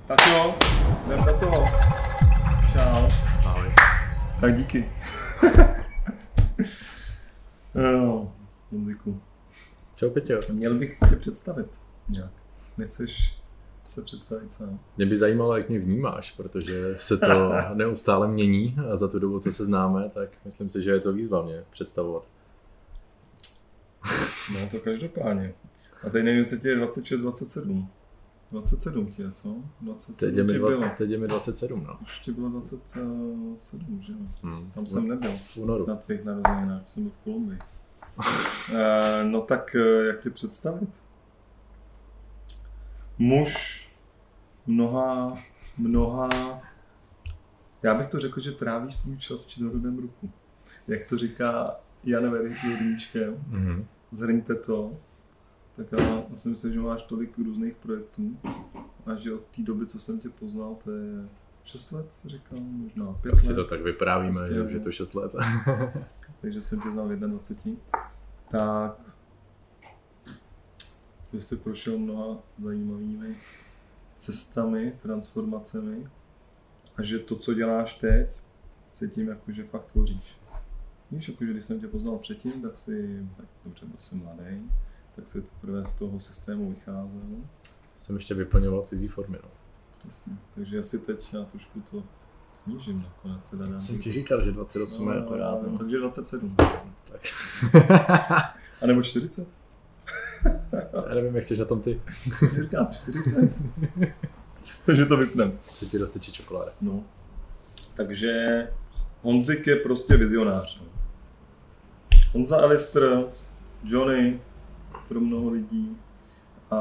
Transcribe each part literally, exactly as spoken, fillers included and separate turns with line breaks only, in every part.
Tak jo, jdem do toho. Čau.
Ahoj.
Tak díky. Jo, muziku.
Čau Peťo.
Měl bych tě představit nějak. Nechceš se představit sám?
Mě by zajímalo, jak mě vnímáš, protože se to neustále mění a za tu dobu, co se známe, tak myslím si, že je to výzva mě představovat.
No to každopádně. A teď nevím, jestli tě je dvacet šest, dvacet sedm. dvacet sedm tě, co? dvacet sedm
teď, je mi
tě
dva,
bylo.
teď je mi dvacet sedm, no.
Už tě bylo dvacet sedm, že jo?
Hmm.
Tam jsem nebyl.
V únoru.
Na tvých narozeninách, jsem byl v Kolumbii. e, no tak, jak tě představit? Muž mnoha, mnoha... Já bych to řekl, že trávíš svůj čas v činorodém ruchu. Jak to říká Jan Werich s Hodníčkem.
Mm-hmm.
Zhrňte to. Tak já si myslím, že máš tolik různých projektů a že od té doby, co jsem tě poznal, to je šest let, říkal, možná pět
Asi
let.
to tak vyprávíme,
Prostě,
že už je to šest let.
Takže jsem tě znal v dvacet jedna. Tak, že jsi prošel mnoha zajímavými cestami, transformacemi a že to, co děláš teď, se tím jakože fakt tvoříš. Víš, jakože když jsem tě poznal předtím, tak si, tak dobře, byl jsem mladý, tak si teprve z toho systému vycházel.
Jsem ještě vyplňoval cizí formy, no.
Přesně, takže asi teď já trošku to snížím nakonec. Se dá
Jsem ti říkal, že dvacet osm no, je akorát, no.
Takže dvacet sedm.
Tak.
A nebo čtyřicet?
Já nevím, jak jsi na tom ty.
Říkám čtyřicet. Takže to vypneme.
Co ti dostačí čokoláda.
No. Takže Honzik je prostě vizionář. Honza Alister, Johnny pro mnoho lidí a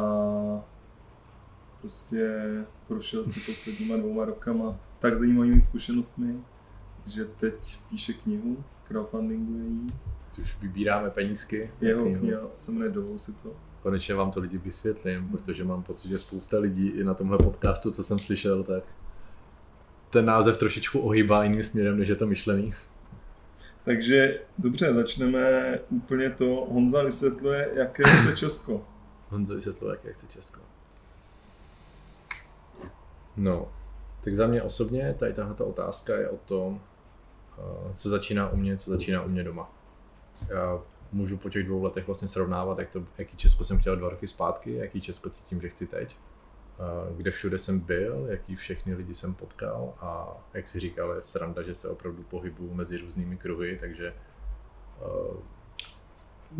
prostě prošel si posledníma dvouma rokama tak zajímavými zkušenostmi, že teď píše knihu, crowdfundinguje jí.
Už vybíráme penízky.
Jeho kniha se jmenuje Dovol si to.
Konečně vám to lidi vysvětlím, protože mám pocit, že spousta lidí i na tomhle podcastu, co jsem slyšel, tak ten název trošičku ohýbá jiným směrem, než je to myšlený.
Takže dobře, začneme úplně to. Honza vysvětluje, jaké chce Česko.
Honza vysvětluje, jaké chce Česko. No, tak za mě osobně tady tahle otázka je o tom, co začíná u mě, co začíná u mě doma. Já můžu po těch dvou letech vlastně srovnávat, jak to, jaký Česko jsem chtěl dva roky zpátky, jaký Česko cítím, že chci teď. Kde všude jsem byl, jaký všechny lidi jsem potkal a jak si říkal, je sranda, že se opravdu pohybuju mezi různými kruhy, takže uh,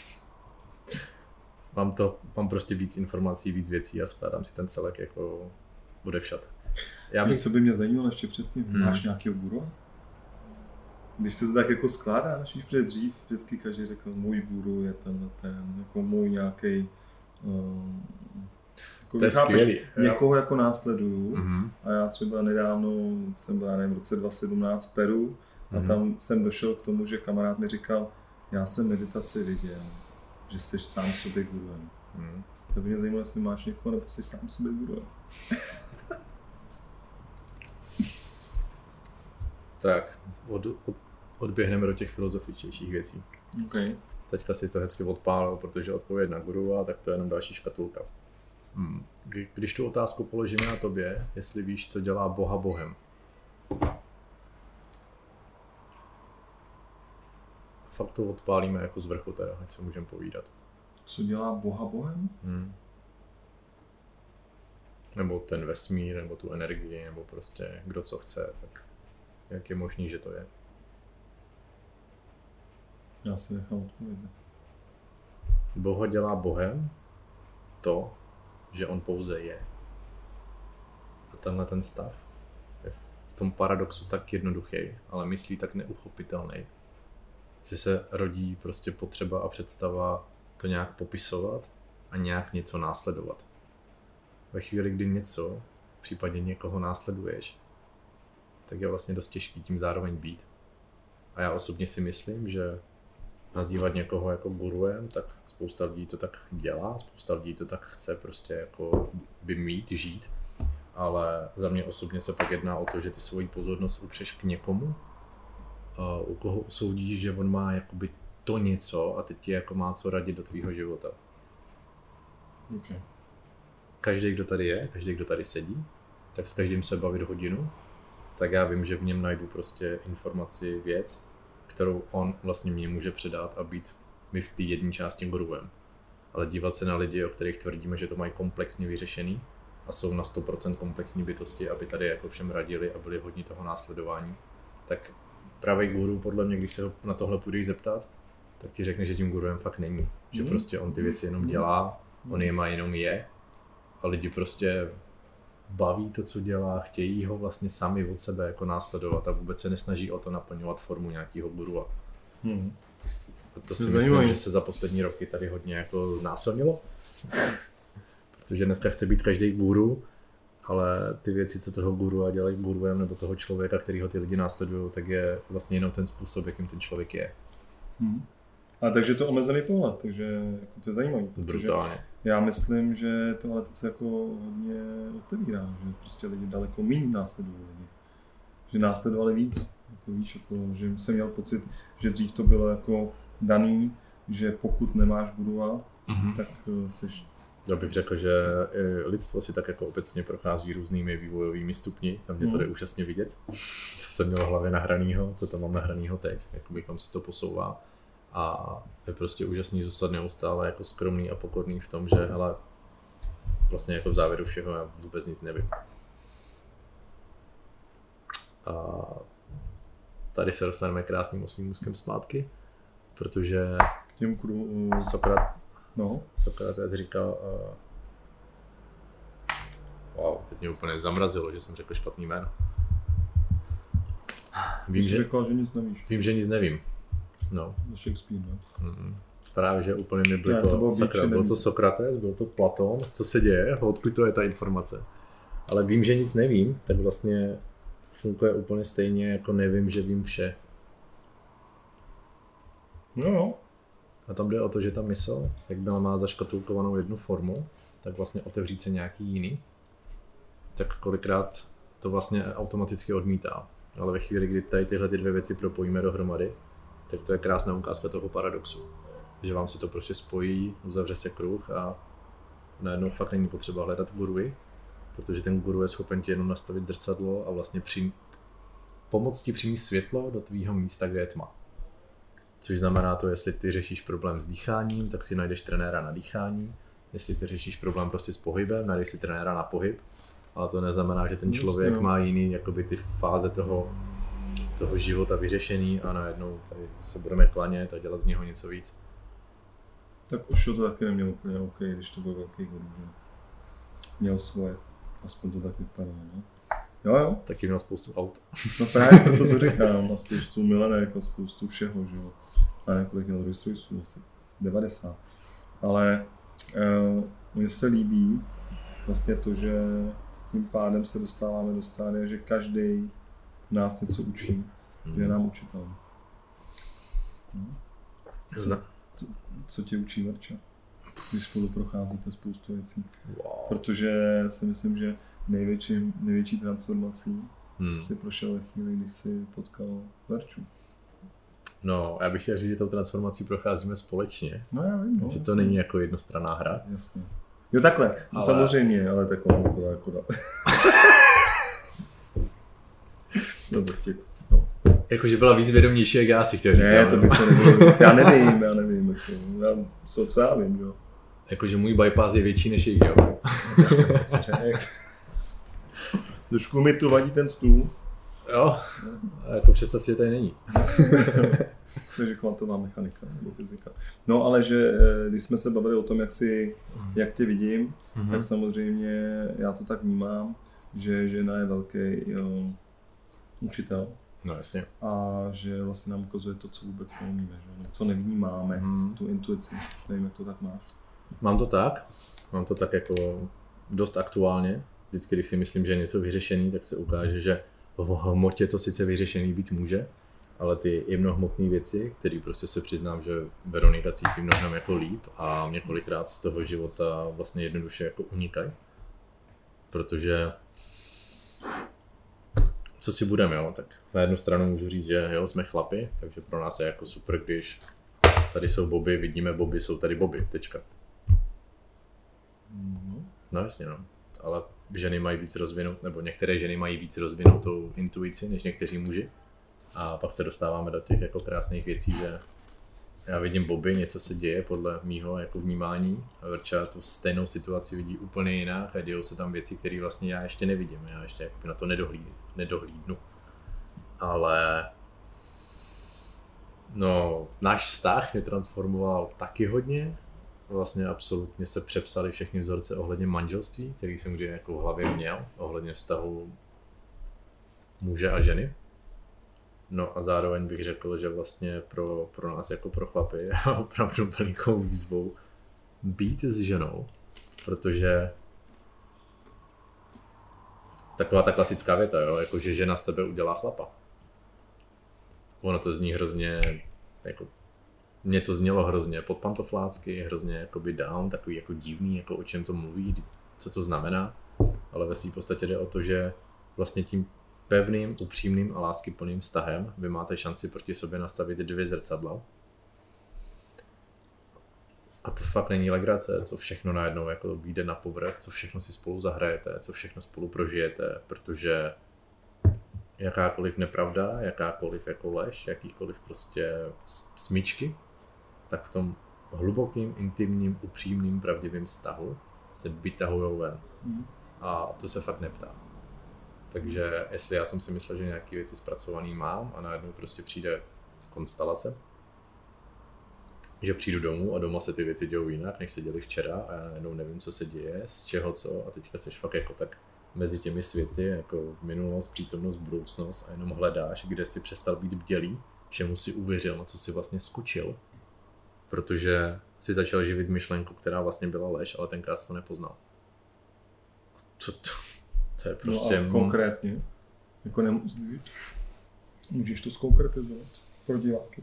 mám to, mám prostě víc informací, víc věcí a skládám si ten celek jako odevšat.
Já bych... Co by mě zajímalo ještě předtím, hmm. máš nějakého guru? Když se to tak jako skládáš, víš, protože dřív vždycky každý řekl, můj guru je ten, ten, jako můj nějaký. Um, jako
to je skvělý.
Někoho jako následuju
mm-hmm.
a já třeba nedávno jsem byl, nevím, v roce dva tisíce sedmnáct v Peru a mm-hmm. tam jsem došel k tomu, že kamarád mi říkal, já jsem meditaci viděl, že jsi sám sobě guruem. Mm. Tak by mě zajímalo, jestli máš někoho, nebo jsi sám sobě guruem.
Tak, od, od, odběhneme do těch filozofičtějších věcí.
Okay.
Teďka si to hezky odpálil, protože odpověď na guru, a tak to je jenom další škatulka. Hmm. Když tu otázku položíme na tobě, jestli víš, co dělá Boha Bohem. Fakt to odpálíme jako z vrchu teda, ať se můžeme povídat.
Co dělá Boha Bohem?
Hmm. Nebo ten vesmír, nebo tu energii, nebo prostě kdo co chce, tak jak je možný, že to je?
Já si nechám odpovědět.
Boha dělá Bohem to, že on pouze je. A tenhle ten stav je v tom paradoxu tak jednoduchý, ale myslí tak neuchopitelný, že se rodí prostě potřeba a představa to nějak popisovat a nějak něco následovat. Ve chvíli, kdy něco, případně někoho následuješ, tak je vlastně dost těžký tím zároveň být. A já osobně si myslím, že nazývat někoho jako guruem, tak spousta lidí to tak dělá, spousta lidí to tak chce prostě jako by mít, žít, ale za mě osobně se pak jedná o to, že ty svoji pozornost upřeš k někomu, u koho usoudíš, že on má jakoby to něco a teď ti jako má co radit do tvýho života.
Okay.
Každý, kdo tady je, každý, kdo tady sedí, tak s každým se bavit hodinu, tak já vím, že v něm najdu prostě informaci, věc, kterou on vlastně mě může předat a být mi v té jedné části guruem. Ale dívat se na lidi, o kterých tvrdíme, že to mají komplexně vyřešený a jsou na sto procent komplexní bytosti, aby tady jako všem radili a byli hodní toho následování, tak pravý guru podle mě, když se ho na tohle půjdeš zeptat, tak ti řekne, že tím guruem fakt není. Že
Mm.
prostě on ty věci jenom dělá, on je má jenom je a lidi prostě baví to, co dělá, chtějí ho vlastně sami od sebe jako následovat a vůbec se nesnaží o to naplňovat formu nějakého gurua.
Hmm.
To si
To
myslím,
zajímavý.
že se za poslední roky tady hodně jako znásilnilo. Protože dneska chce být každý guru, ale ty věci, co toho gurua dělají guruem nebo toho člověka, kterýho ty lidi následují, tak je vlastně jenom ten způsob, jakým ten člověk je.
Hmm. A takže to omezený pohled, takže jako to je zajímavý.
Brutálně.
Já myslím, že to ale teď se jako hodně otevírá, že prostě lidi daleko méně následují lidi. Že následovali víc, jako víš, jako, že jsem měl pocit, že dřív to bylo jako daný, že pokud nemáš gurua,
Mm-hmm.
tak uh, seš...
Já bych řekl, že i lidstvo si tak jako obecně prochází různými vývojovými stupni, tam mě to
Mm.
jde úžasně vidět, co jsem měl v hlavě nahranýho, co tam mám nahranýho teď, jak bychom se to posouvá. A je prostě úžasný zůstat neustále jako skromný a pokorný v tom, že hele, vlastně jako v závěru všeho já vůbec nic nevím. A tady se dostaneme krásným oslým úzkem zpátky, protože
K těm kru... Uh,
Sokrat,
no,
Sokrates říkal, uh, wow, teď mě úplně zamrazilo, že jsem řekl špatný jméno. Vím,
jsi
že,
řekl, že nic nevíš.
vím, že nic nevím. No.
Shakespeare, no.
Mm, právě, že úplně mi
Ne,
bylo
to
to,
bylo
sakra,
Beach,
byl
nevím.
to Sokrates, byl to Platon, co se děje, odkud to je ta informace. Ale vím, že nic nevím, tak vlastně funguje úplně stejně, jako nevím, že vím vše.
No, no.
A tam jde o to, že ta mysl, jakmile má zaškatulkovanou jednu formu, tak vlastně otevřít se nějaký jiný, tak kolikrát to vlastně automaticky odmítá. Ale ve chvíli, kdy tady tyhle ty dvě věci propojíme dohromady, tak to je krásná ukázka toho paradoxu. Že vám si to prostě spojí, uzavře se kruh a najednou fakt není potřeba hledat guruji, protože ten guru je schopen ti jenom nastavit zrcadlo a vlastně přijím, pomoct ti přinést světlo do tvýho místa, kde je tma. Což znamená to, jestli ty řešíš problém s dýcháním, tak si najdeš trenéra na dýchání. Jestli ty řešíš problém prostě s pohybem, najdeš si trenéra na pohyb. Ale to neznamená, že ten člověk
Jasně, no.
má jiný jakoby ty fáze toho, toho života vyřešený a najednou tady se budeme klanět a dělat z něho něco víc.
Tak Osho to taky neměl úplně OK, když to byl velký guru, že měl svoje, aspoň to tak vypadá, no. Jo, jo,
Taky měl spoustu aut.
no právě proto to říkám, a spoustu milenek a spoustu všeho, že jo. A několik měl Rolls Royceů, asi devadesát. Ale uh, mně se líbí vlastně to, že tím pádem se dostáváme do stádia, že každý nás něco učí, že je nám učitel. No.
Zna.
Co, co tě učí Verča, když spolu procházíte spoustu věcí?
Wow.
Protože si myslím, že největší, největší transformací
Hmm.
si prošel ve chvíli, když si potkal Verču.
No, já bych chtěl říct, že tou transformací procházíme společně.
No já vím, no.
že to
jasně.
není jako jednostranná hra.
Jasně. Jo takhle, no,
Ale-
samozřejmě, ale tak ono bylo jako da. Dobře, vtip. No.
Jakože byla víc vědomější, jak já si chtěl říct.
Ne,
ale
to
no.
by se nebylo víc. Já nevím, já nevím. Jako, já, co, co já vím, jo.
Jakože můj bypass je větší než jejich, jo.
Já jsem něco řekl. Trošku mi tu vadí ten stůl.
Jo, a jako představ si, že tady není.
Takže kvantová mechanika nebo fyzika. No ale že eh, když jsme se bavili o tom, jak, si, jak tě vidím,
Mhm.
tak samozřejmě já to tak vnímám, že žena je velký jo, učitel
No jasně.
a že vlastně nám ukazuje to, co vůbec neumíme, že? Nebo co nevnímáme,
Mhm.
tu intuici. Nevím, jak to tak máš.
Mám to tak, mám to tak jako dost aktuálně. Vždycky, když si myslím, že je něco vyřešený, tak se ukáže, že v hmotě to sice vyřešený být může, ale ty jemnohmotné věci, které prostě se přiznám, že Veronika cítí mnohem jako líp a mě kolikrát z toho života vlastně jednoduše jako unikají. Protože co si budeme, jo, tak na jednu stranu můžu říct, že jo, jsme chlapi, takže pro nás je jako super, když tady jsou boby, vidíme boby, jsou tady boby, tečka.
No.
No jasně, no. Ale ženy mají víc rozvinout, nebo některé ženy mají víc rozvinutou intuici než někteří muži. A pak se dostáváme do těch jako krásných věcí, že já vidím Bobby, něco se děje podle mýho jako vnímání a Verča tu stejnou situaci vidí úplně jinak a dějou se tam věci, které vlastně já ještě nevidím, já ještě jako na to nedohlídnu, nedohlídnu. Ale no, náš vztah mě transformoval taky hodně. Vlastně absolutně se přepsaly všechny vzorce ohledně manželství, který jsem kdy jako v hlavě měl, ohledně vztahu muže a ženy. No a zároveň bych řekl, že vlastně pro, pro nás jako pro chlapy je opravdu velikou výzvou být s ženou, protože taková ta klasická věta, jo, jako že žena z tebe udělá chlapa. Ono to zní hrozně, jako, mně to znělo hrozně podpantoflácky, hrozně jakoby down, takový jako divný, jako o čem to mluví, co to znamená, ale ve svým podstatě jde o to, že vlastně tím pevným, upřímným a láskyplným vztahem vy máte šanci proti sobě nastavit dvě zrcadla. A to fakt není legrace, co všechno najednou jako vyjde na povrch, co všechno si spolu zahrajete, co všechno spolu prožijete, protože jakákoliv nepravda, jakákoliv jako lež, jakýkoliv prostě smyčky, tak v tom hlubokým, intimním, upřímným, pravdivým vztahu se vytahujou ven. Mm. A to se fakt neptá. Takže jestli já jsem si myslel, že nějaké věci zpracované mám a najednou prostě přijde konstelace, že přijdu domů a doma se ty věci dějou jinak, než se děly včera a já najednou nevím, co se děje, z čeho co a teďka seš fakt jako tak mezi těmi světy, jako minulost, přítomnost, budoucnost a jenom hledáš, kde si přestal být bdělý, čemu si uvěřil, na co si vlastně skočil, protože si začal živit myšlenku, která vlastně byla lež, ale tenkrát jsi to nepoznal. Co to? To je prostě...
No a konkrétně, jako nemusíš, můžeš to zkonkretizovat pro diváky.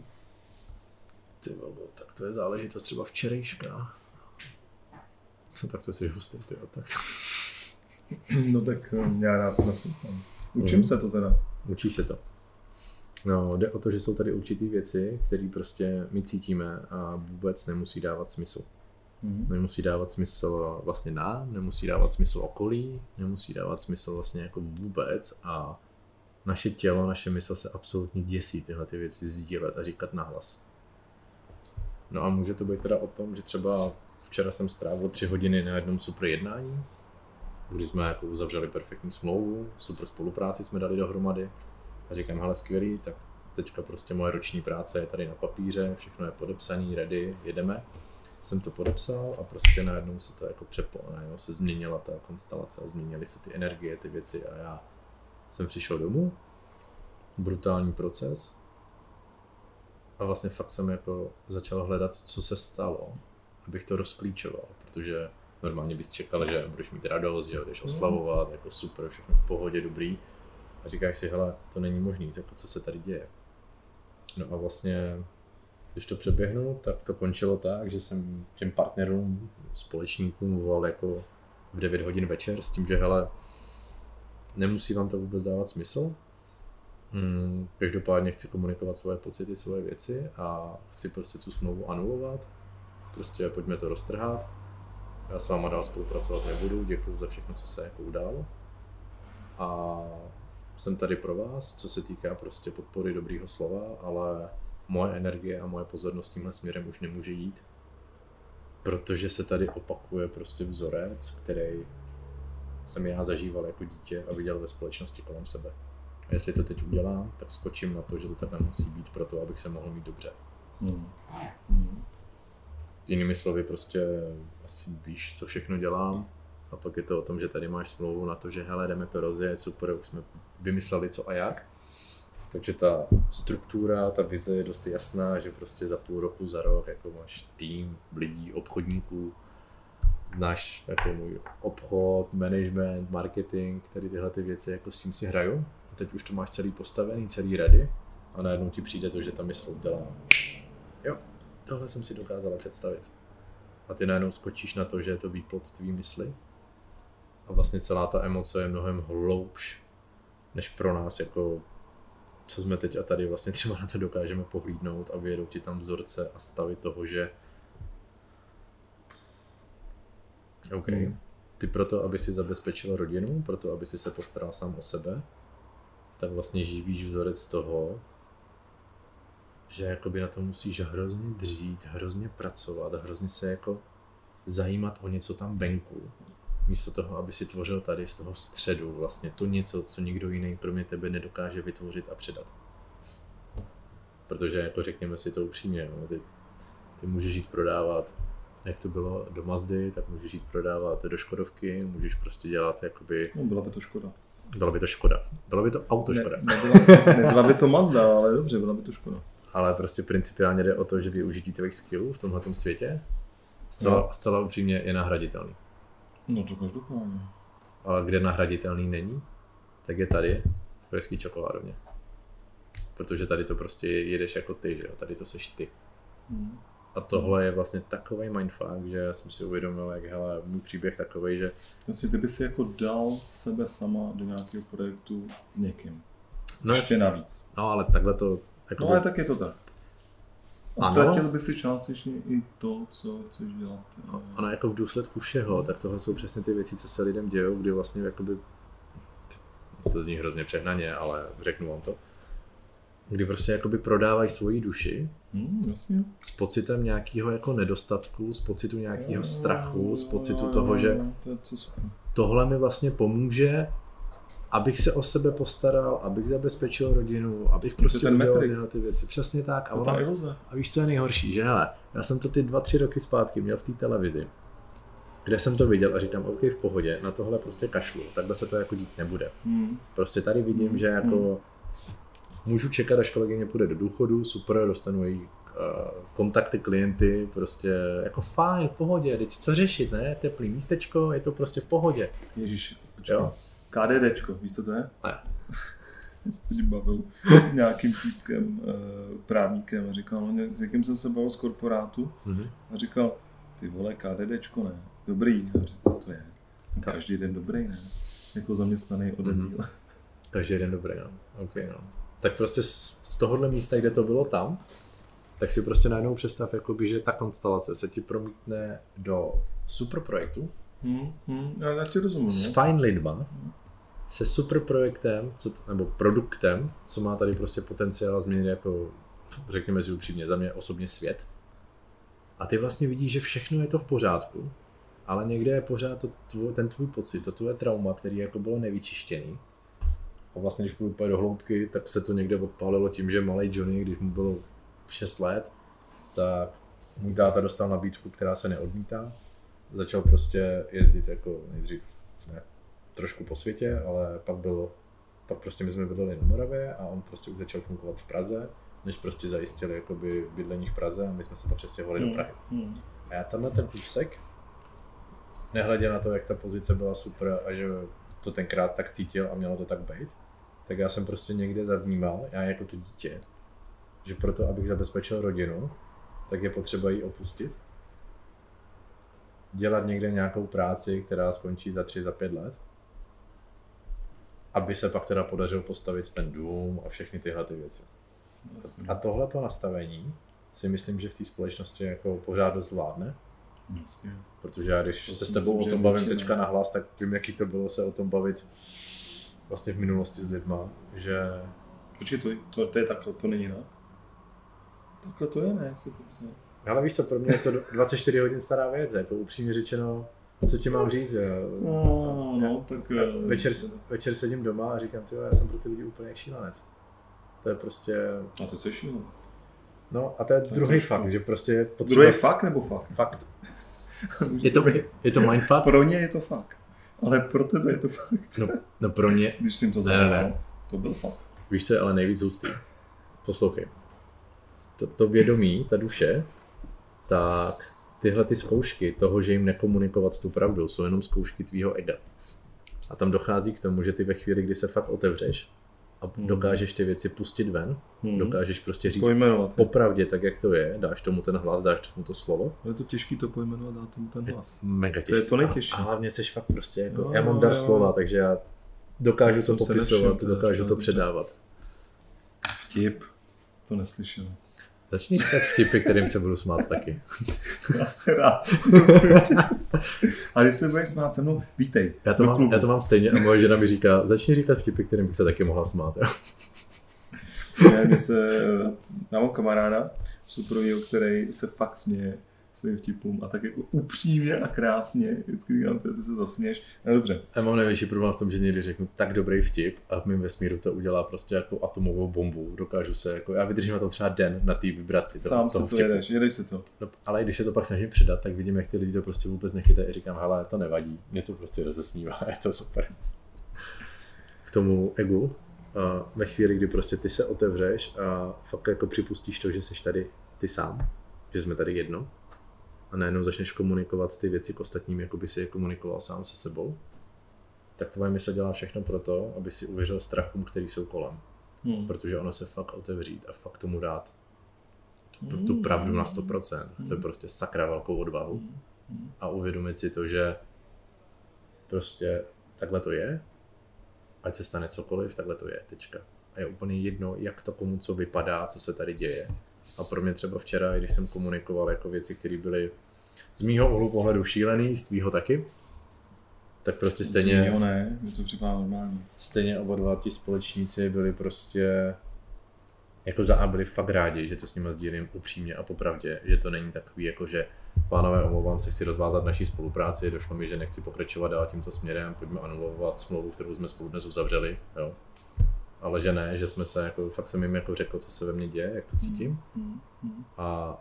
Ty bobo, tak to je záležitost třeba včerejška. No tak to jsi hustý, ty tak.
No tak já rád naslouchám. Učím mm. se to teda.
Učíš se to. No, jde o to, že jsou tady určitý věci, které prostě my cítíme a vůbec nemusí dávat smysl. Mm. Nemusí dávat smysl vlastně nám, nemusí dávat smysl okolí, nemusí dávat smysl vlastně jako vůbec a naše tělo, naše mysl se absolutně děsí tyhle ty věci sdílet a říkat nahlas. No a může to být teda o tom, že třeba včera jsem strávil tři hodiny na jednom super jednání, kdy jsme jako uzavřeli perfektní smlouvu, super spolupráci jsme dali dohromady a říkám, hele skvělý, tak teďka prostě moje roční práce je tady na papíře, všechno je podepsaný, ready, jedeme. Jsem to podepsal a prostě najednou se to jako přeplo, najednou se změnila ta konstelace a změnily se ty energie, ty věci a já jsem přišel domů, brutální proces a vlastně fakt jsem jako začal hledat, co se stalo, abych to rozklíčoval, protože normálně bys čekal, že budeš mít radost, že jdeš oslavovat, jako super, všechno v pohodě, dobrý a říkáš si, hele, to není možný, jako co se tady děje. No a vlastně když to přeběhnu, tak to končilo tak, že jsem těm partnerům, společníkům volal jako v devět hodin večer s tím, že hele, nemusí vám to vůbec dávat smysl. Hmm, každopádně chci komunikovat svoje pocity, svoje věci a chci prostě tu smlouvu anulovat. Prostě pojďme to roztrhat. Já s váma dál spolupracovat nebudu, děkuju za všechno, co se jako událo. A jsem tady pro vás, co se týká prostě podpory dobrýho slova, ale moje energie a moje pozornost tímhle směrem už nemůže jít, protože se tady opakuje prostě vzorec, který jsem já zažíval jako dítě a viděl ve společnosti kolem sebe. A jestli to teď udělám, tak skočím na to, že to takhle musí být pro to, abych se mohl mít dobře. Hmm. Hmm. Jinými slovy prostě asi víš, co všechno dělám a pak je to o tom, že tady máš smlouvu na to, že hele, jdeme to rozjet, super, už jsme vymysleli co a jak. Takže ta struktura, ta vize je dost jasná, že prostě za půl roku, za rok jako máš tým lidí, obchodníků, znáš jako můj obchod, management, marketing, tady tyhle ty věci, jako s čím si hraju. A teď už to máš celý postavený, celý ready a najednou ti přijde to, že ta mysl udělá. Jo, tohle jsem si dokázala představit. A ty najednou skočíš na to, že je to výplod tvý mysli a vlastně celá ta emoce je mnohem hloubš, než pro nás jako co jsme teď a tady vlastně třeba na to dokážeme pohlídnout a vyjedou ti tam vzorce a stavy toho, že OK, ty proto, aby si zabezpečil rodinu, proto, aby si se postaral sám o sebe, tak vlastně živíš vzorec toho, že jakoby na to musíš hrozně dřít, hrozně pracovat, hrozně se jako zajímat o něco tam venku. Místo toho, aby si tvořil tady z toho středu vlastně to něco, co nikdo jiný kromě tebe nedokáže vytvořit a předat. Protože jako řekněme si to upřímně, no, ty, ty můžeš jít prodávat, jak to bylo do Mazdy, tak můžeš jít prodávat do Škodovky, můžeš prostě dělat jakoby...
No, byla by to Škoda.
Byla by to Škoda. Byla by to auto Škoda.
Ne, nebyla, nebyla by to Mazda, ale dobře, byla by to Škoda.
Ale prostě principiálně jde o to, že využití tvých skillů v tomhletom světě zcela, no. zcela upřímně je nahraditelný.
No to každopádně.
Ale kde nahraditelný není, tak je tady v pražský čokoládovně. Protože tady to prostě jedeš jako ty, že jo, tady to seš ty. Hmm. A tohle je vlastně takovej mindfuck, že já jsem si uvědomil, jak hele, můj příběh takovej, že... Vlastně
ty by si jako dal sebe sama do nějakého projektu s někým.
No
ještě navíc.
No ale takhle to...
Jakoby... No ale tak je to tak. A ztratil by si částečně i to, co chceš dělat.
Ano, jako v důsledku všeho, tak tohle jsou přesně ty věci, co se lidem dějou, kdy vlastně jakoby... To zní hrozně přehnaně, ale řeknu vám to. Kdy prostě jakoby prodávají svoji duši
hmm, jasně.
s pocitem nějakého jako nedostatku, z pocitu nějakého strachu, z pocitu toho, že tohle mi vlastně pomůže, abych se o sebe postaral, abych zabezpečil rodinu, abych prostě udělal tyhle ty věci. Přesně tak. A, ona, a víš, co je nejhorší, že hele, já jsem to ty dva, tři roky zpátky měl v té televizi, kde jsem to viděl a říkám, OK, v pohodě, na tohle prostě kašlu, takhle se to jako dít nebude. Hmm. Prostě tady vidím, hmm. že jako hmm. můžu čekat, až kolegyně půjde do důchodu, super, dostanu její uh, kontakty, klienty, prostě jako fajn, v pohodě, teď co řešit, ne, teplý místečko, je to prostě v pohodě.
Ježíš, KDDčko, víš co to je?
Ne.
Já jsem teď bavil nějakým týpkem, uh, právníkem a říkal, no, s jakým jsem se bavil z korporátu mm-hmm. a říkal, ty vole, KDDčko ne, dobrý, a říkal, co to je? Každý den dobrý, ne? Jako zaměstnaný ode mm-hmm.
Každý den dobrý, no. Okay, no. Tak prostě z tohohle místa, kde to bylo tam, tak si prostě najednou představ, jakoby, že ta konstelace se ti promítne do super projektu.
Hmm, hmm, já tě rozumím.
S fajn lidma, hmm. se super projektem, co, nebo produktem, co má tady prostě potenciál změnit jako, řekněme si upřímně, za mě osobně svět. A ty vlastně vidíš, že všechno je to v pořádku, ale někde je pořád to tvůj, ten tvůj pocit, to tvoje trauma, který jako bylo nevyčištěný. A vlastně, když půjdu úplně do hloubky, tak se to někde odpálilo tím, že malej Johnny, když mu bylo šest let, tak můj táta dostal nabídku, která se neodmítá. Začal prostě jezdit jako nejdřív ne, trošku po světě, ale pak bylo, pak prostě my jsme bydleli na Moravě a on prostě už začal fungovat v Praze, než prostě zajistili jakoby bydlení v Praze a my jsme se pak přestěhovali hmm. do Prahy. Hmm. A já tenhle ten úsek, nehledě na to, jak ta pozice byla super a že to tenkrát tak cítil a mělo to tak být, tak já jsem prostě někde zavnímal, já jako to dítě, že proto, abych zabezpečil rodinu, tak je potřeba ji opustit, dělat někde nějakou práci, která skončí za tři, za pět let, aby se pak teda podařilo postavit ten dům a všechny tyhle ty věci. Jasně. A tohleto nastavení si myslím, že v té společnosti jako pořád dost zvládne.
Jasně.
Protože já když to se s tebou o tom bavím teďka nahlas, tak vím, jaký to bylo se o tom bavit vlastně v minulosti s lidma, že...
Počkej, to, to, to je takhle, to není jinak? Takhle to je, ne, jak se popsal.
Ale víš co, pro mě je to dvacet čtyři hodin stará věc, jako upřímně řečeno, co ti mám říct, jo.
No, no, tak...
Večer, večer sedím doma a říkám, tyjo, já jsem pro ty lidi úplně jak šílenec. To je prostě...
A to je šílenec.
No a to je to druhý fakt, že prostě je
potřeba... Druhý fakt nebo fakt?
Fakt. je, to, je to mindfuck?
Pro ně je to fakt, ale pro tebe je to fakt.
No, no pro ně...
Když jsi jim to zadal, ne, ne. To byl fakt.
Víš, co je ale nejvíc hustý? Poslouchej. To, to vědomí, ta duše, tak tyhle ty zkoušky toho, že jim nekomunikovat s tu pravdou, jsou jenom zkoušky tvýho ega. A tam dochází k tomu, že ty ve chvíli, kdy se fakt otevřeš a hmm. dokážeš ty věci pustit ven, hmm. dokážeš prostě říct popravdě tak, jak to je, dáš tomu ten hlas, dáš tomu to slovo.
Ale je to těžký to pojmenovat, dát tomu ten hlas.
Mega těžký.
To je to nejtěžší.
A hlavně seš fakt prostě jako, jo, já mám dar jo. slova, takže já dokážu to popisovat, nevšim, dokážu to předávat.
Vtip, to neslyšel.
Začni říkat vtipy, kterým se budu smát taky.
Já se rád. A když se budeš smát se mnou, vítej.
Já to, mám, já to mám stejně a moje žena mi říká, začni říkat vtipy, kterým bych se taky mohla smát. Jo?
Ne, mě se, já mám kamaráda, suprovýho, který se fakt směje svým vtipům a tak jako upřímně a krásně, vždycky říkám, ty se zasměješ, no dobře.
Já mám největší problém v tom, že někdy řeknu tak dobrý vtip a v mém vesmíru to udělá prostě jako atomovou bombu, dokážu se jako, já vydržím na to třeba den na té vibraci.
Sám si to vtipu. jedeš, jedeš si to.
No, ale když se to pak snažím předat, tak vidím, jak ty lidi to prostě vůbec nechytají a říkám, hele, to nevadí, mě to prostě rozesmívá, je to super. K tomu egu, a ve chvíli, kdy prostě ty se otevřeš a fakt jako připustíš to, že jsi tady ty sám, že jsme tady jedno, a najednou začneš komunikovat ty věci k ostatním, jako by si je komunikoval sám se sebou, tak tvoje mysl dělá všechno pro to, aby si uvěřil strachům, který jsou kolem. Hmm. Protože ono se fakt otevřít a fakt tomu dát hmm. tu pravdu na sto procent. Chce prostě sakra velkou odvahu hmm. a uvědomit si to, že prostě takhle to je, ať se stane cokoliv, takhle to je, tečka. A je úplně jedno, jak to komu co vypadá, co se tady děje. A pro mě třeba včera, když jsem komunikoval jako věci, které byly z mýho úhlu pohledu šílený, z tvýho taky, tak prostě stejně...
Z mýho ne, mi to připadá normální.
Stejně oba dva ti společníci byli prostě jako za A byli fakt rádi, že to s nimi sdílím upřímně a popravdě, že to není takový jako, že pánové, omlouvám se, chci rozvázat naší spolupráci, došlo mi, že nechci pokračovat dál tímto směrem, pojďme anulovat smlouvu, kterou jsme spolu dnes uzavřeli, jo. Ale že ne, že jsme se jako, fakt jsem jim jako řekl, co se ve mně děje, jak to cítím. A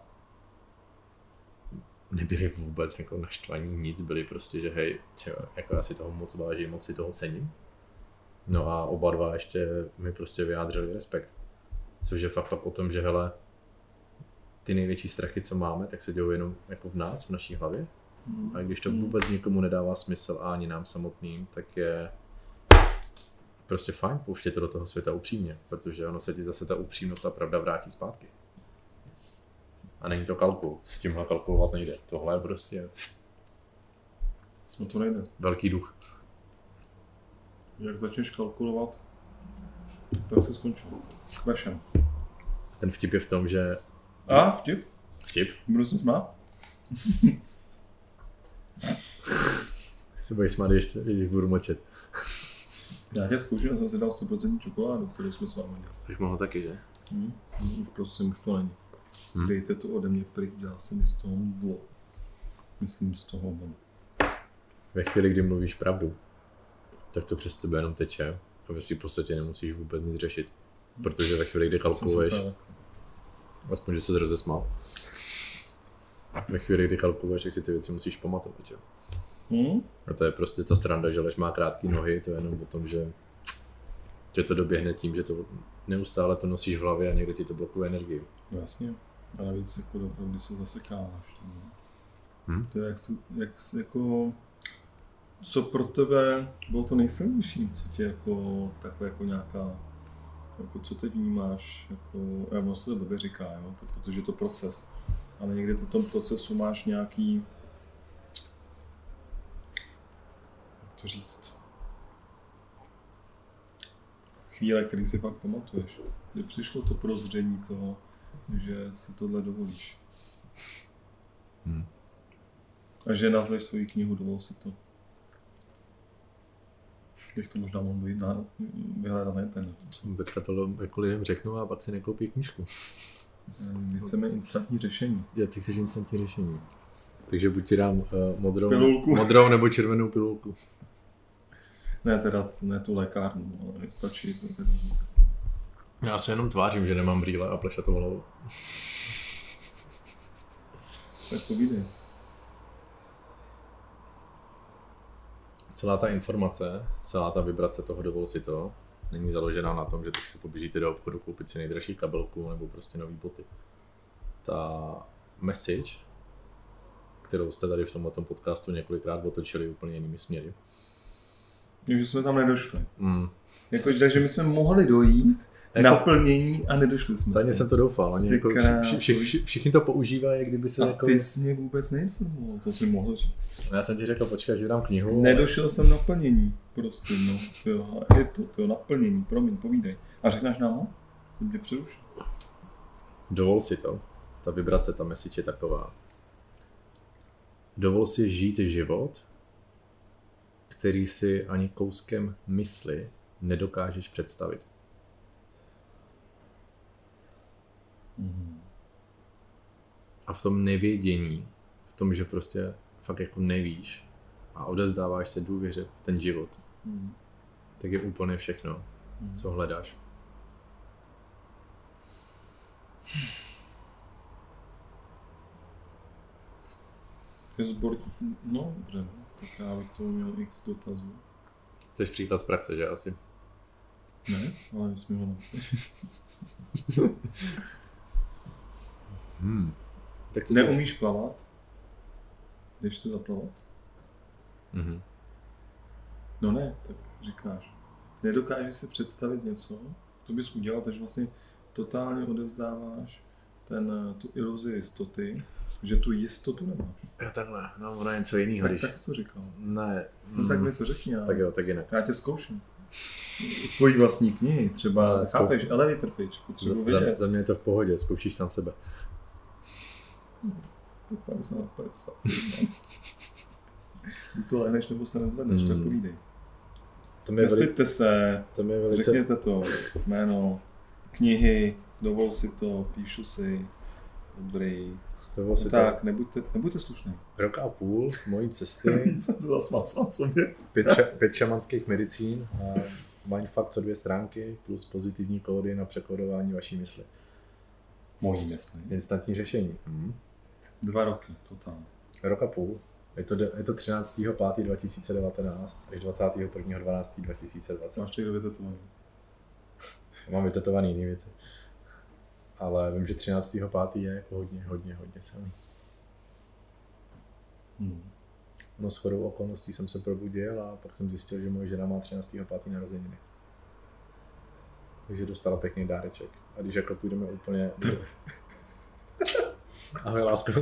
nebyli vůbec jako naštvaní, nic, byli prostě, že hej, tějo, jako já si toho moc vážím, moc si toho cením. No a oba dva ještě mi prostě vyjádřili respekt. Což je fakt, fakt o tom, že hele, ty největší strachy, co máme, tak se dějou jenom jako v nás, v naší hlavě. A když to vůbec nikomu nedává smysl a ani nám samotným, tak je prostě fajn pouštět to do toho světa upřímně, protože ono se ti zase ta upřímnost a pravda vrátí zpátky. A není to kalkul, s tímhle kalkulovat nejde. Tohle je prostě...
Jsme to nejde.
Velký duch.
Jak začneš kalkulovat, tak se skončí. Ve všem.
Ten vtip je v tom, že...
A, vtip?
Vtip?
Budu se smát?
Se budeš smát ještě, když budu močet.
Já tě zkouším, já jsem si dal sto procent čokoládu, kterou jsme s vámi dělali.
Tak mohl taky, že?
Hmm. Už prosím, už to není.
Hmm.
Dejte to ode mě pryč, dělá se mi z toho nudlo. Myslím z toho bon.
Ve chvíli, kdy mluvíš pravdu, tak to přes tebe jenom teče a si v podstatě nemusíš vůbec nic řešit. Protože ve chvíli, kdy kalkuluješ, aspoň, že se rozesmál. Ve chvíli, kdy kalkuluješ, tak si ty věci musíš pamatovat, že?
Hmm?
A to je prostě ta sranda, že lež má krátké nohy, to je jenom o tom, že tě to doběhne tím, že to neustále to nosíš v hlavě a někde ti to blokuje energii.
Jasně, a navíc jako dopravdy se zasekáváš.
Hmm?
To je jak, jak jako, co pro tebe bylo to nejsilnější, co tě jako takhle jako nějaká, jako co teď vnímáš, jako, já ono se to dobře říká, jo, to, protože je to proces, ale někdy v tom procesu máš nějaký, jak to říct, chvíle, který si fakt pamatuješ, kdy přišlo to prozření toho, že si tohle dovolíš.
Hmm.
A že nazveš svoji knihu, dovol si to. Když to možná mohl být na, vyhledat na internetu.
Teďka to jako lidem řeknu a pak si nekoupí knížku.
My chceme instantní řešení.
Já ty chceš instantní řešení. Takže buď ti dám uh, modrou,
pilulku.
modrou nebo červenou pilulku.
Ne, teda ne tu lékárnu, ale stačí. Co teda.
Já se jenom tvářím, že nemám brýle a plešatou hlavu.
Tak povídej.
Celá ta informace, celá ta vibrace toho dovol si to, není založená na tom, že trošku poběžíte do obchodu koupit si nejdražší kabelku nebo prostě nový boty. Ta message, kterou jste tady v tomto podcastu několikrát otočili úplně jinými směry.
Takže jsme tam nedošli.
Mm.
Jako, takže my jsme mohli dojít jako naplnění a nedošli jsme.
Tady jsem to doufal, ani jako vši, vši, vši, všichni to používají, kdyby se
a
jako...
ty jsi mě vůbec neinformoval, to jsi mi mohl říct.
No já jsem ti řekl, počkej, že dám knihu.
Nedošel ale... jsem naplnění, prostě no, jo, je to, to naplnění, promiň, povídej. A řekneš nám ho? Ty mě přerušil.
Dovol si to, ta vibrace, ta message je taková. Dovol si žít život, který si ani kouskem mysli nedokážeš představit.
Mm.
A v tom nevědění, v tom, že prostě fakt jako nevíš a odevzdáváš se důvěře v ten život,
Mm.
tak je úplně všechno,
Mm.
co hledáš.
Je zbor... No, dobře, no. Tak já bych to měl x dotazů.
To je příklad z praxe, že asi?
Ne, ale nesmím ho
Hmm. Tak to
Neumíš plavat? Jdeš se zaplavat?
Mhm.
No ne, tak říkáš. Nedokážeš si představit něco, to bys udělal, takže vlastně totálně odevzdáváš ten, tu iluzi jistoty, že tu jistotu nemáš.
Jo, takhle, no ono je něco jiného,
Tak,
když...
tak jsi to říkal.
Ne.
No tak mi to řekni.
Tak jo, tak jinak.
Já tě zkouším. Z tvojí vlastní knihy, třeba,
Ale zkou-
chápeš, elevator pitch, potřebuji
Za,
vědět.
za mě je to v pohodě, zkoušíš sám sebe.
padesát na padesát. Buď to lehneš, nebo se nezvedneš,
Hmm.
tak povídej.
To mi je, veli,
Nestyďte se,
to mi je velice...
řekněte to, jméno, knihy, dovol si to, píšu si, dobrý.
Dovol si
Tak,
to
nebuďte, nebuďte slušný.
rok a půl mojí cesty,
Jsem se zasmál sám sobě.
pět, ša, pět šamanských medicín a mindfuck co dvě stránky plus pozitivní kódy na překódování vaší mysli.
Mojí mysli.
Instantní řešení. Hmm.
Dva roky, totálně.
Rok a půl. Je to, de- je to třináctého pátého dva tisíce devatenáct až dvacátého prvního dvanáctého dva tisíce dvacet.
Máš tady vytetovaný.
Mám vytetovaný jiný věci. Ale vím, že třináctého pátého je jako hodně, hodně, hodně silný.
Hmm.
No shodou okolností jsem se probudil a pak jsem zjistil, že moje žena má třináctého pátého narozeniny. Takže dostala pěkný dáreček. A když jako půjdeme úplně... Ahoj, lásko.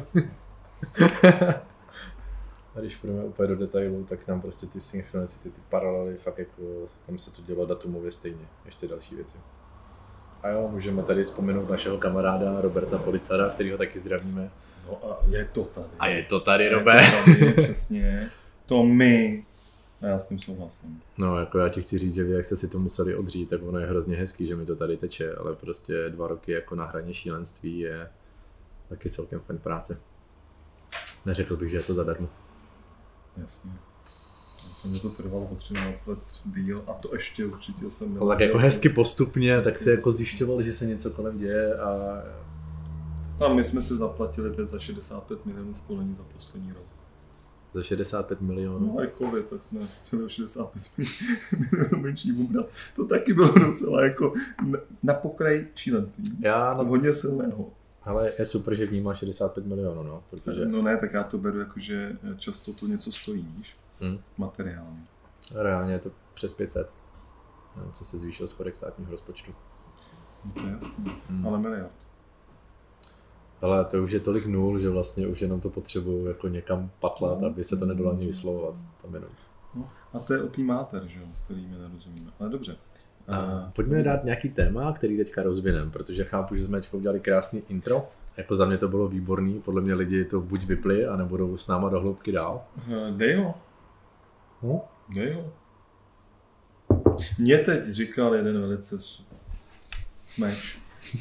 A když půjdeme úplně do detailů, tak nám prostě ty synchronicity, ty paralely, fakt jako tam se to dělo datumově stejně. Ještě další věci. A jo, můžeme tady vzpomenout našeho kamaráda Roberta Policara, kterýho taky zdravíme.
No a je to tady.
A je to tady,
Je
Robert.
to tady, přesně. To my. A já s tím souhlasím.
No, jako já ti chci říct, že vy, jak jste si to museli odřít, tak ono je hrozně hezký, že mi to tady teče, ale prostě dva roky jako na hraně šílenství je taky celkem fajn práce. Neřekl bych, že je to zadarmo.
Jasně. To mě to trvalo o třináct let díl a to ještě určitě jsem
No, tak jako hezky postupně, tak si jako zjišťoval, že se něco kolem děje a...
A my jsme si zaplatili teď za šedesát pět milionů školení za poslední rok.
Za šedesát pět milionů.
No a i covid, tak jsme chtěli o šedesát pět milionů menší obrat. To taky bylo docela jako na, na pokraji šílenství.
Já,
No,
no,
hodně silného.
ale je super, že vnímáš šedesát pět milionů, no, protože
No ne, tak já to beru jako, že často to něco stojí, víš,
hm,
materiálně.
reálně je to přes pět set, no, co se zvýšil schodek státního rozpočtu.
No to je jasný,
Hm.
ale miliard.
Ale to už je tolik nul, že vlastně už jenom to potřebuju jako někam patlat,
No.
aby se to nedalo ani vyslovovat. Tam jenom.
No, a to je o tý máter, že jo, s kterými nerozumíme. Ale dobře.
A pojďme dát nějaký téma, který teďka rozvinem, protože chápu, že jsme teďka udělali krásný intro. Jako za mě to bylo výborný, podle mě lidi to buď vypli, a nebudou s náma do hloubky dál.
Uh, dej ho,
No.
dej ho. Mě teď říkal jeden velice s- smeč.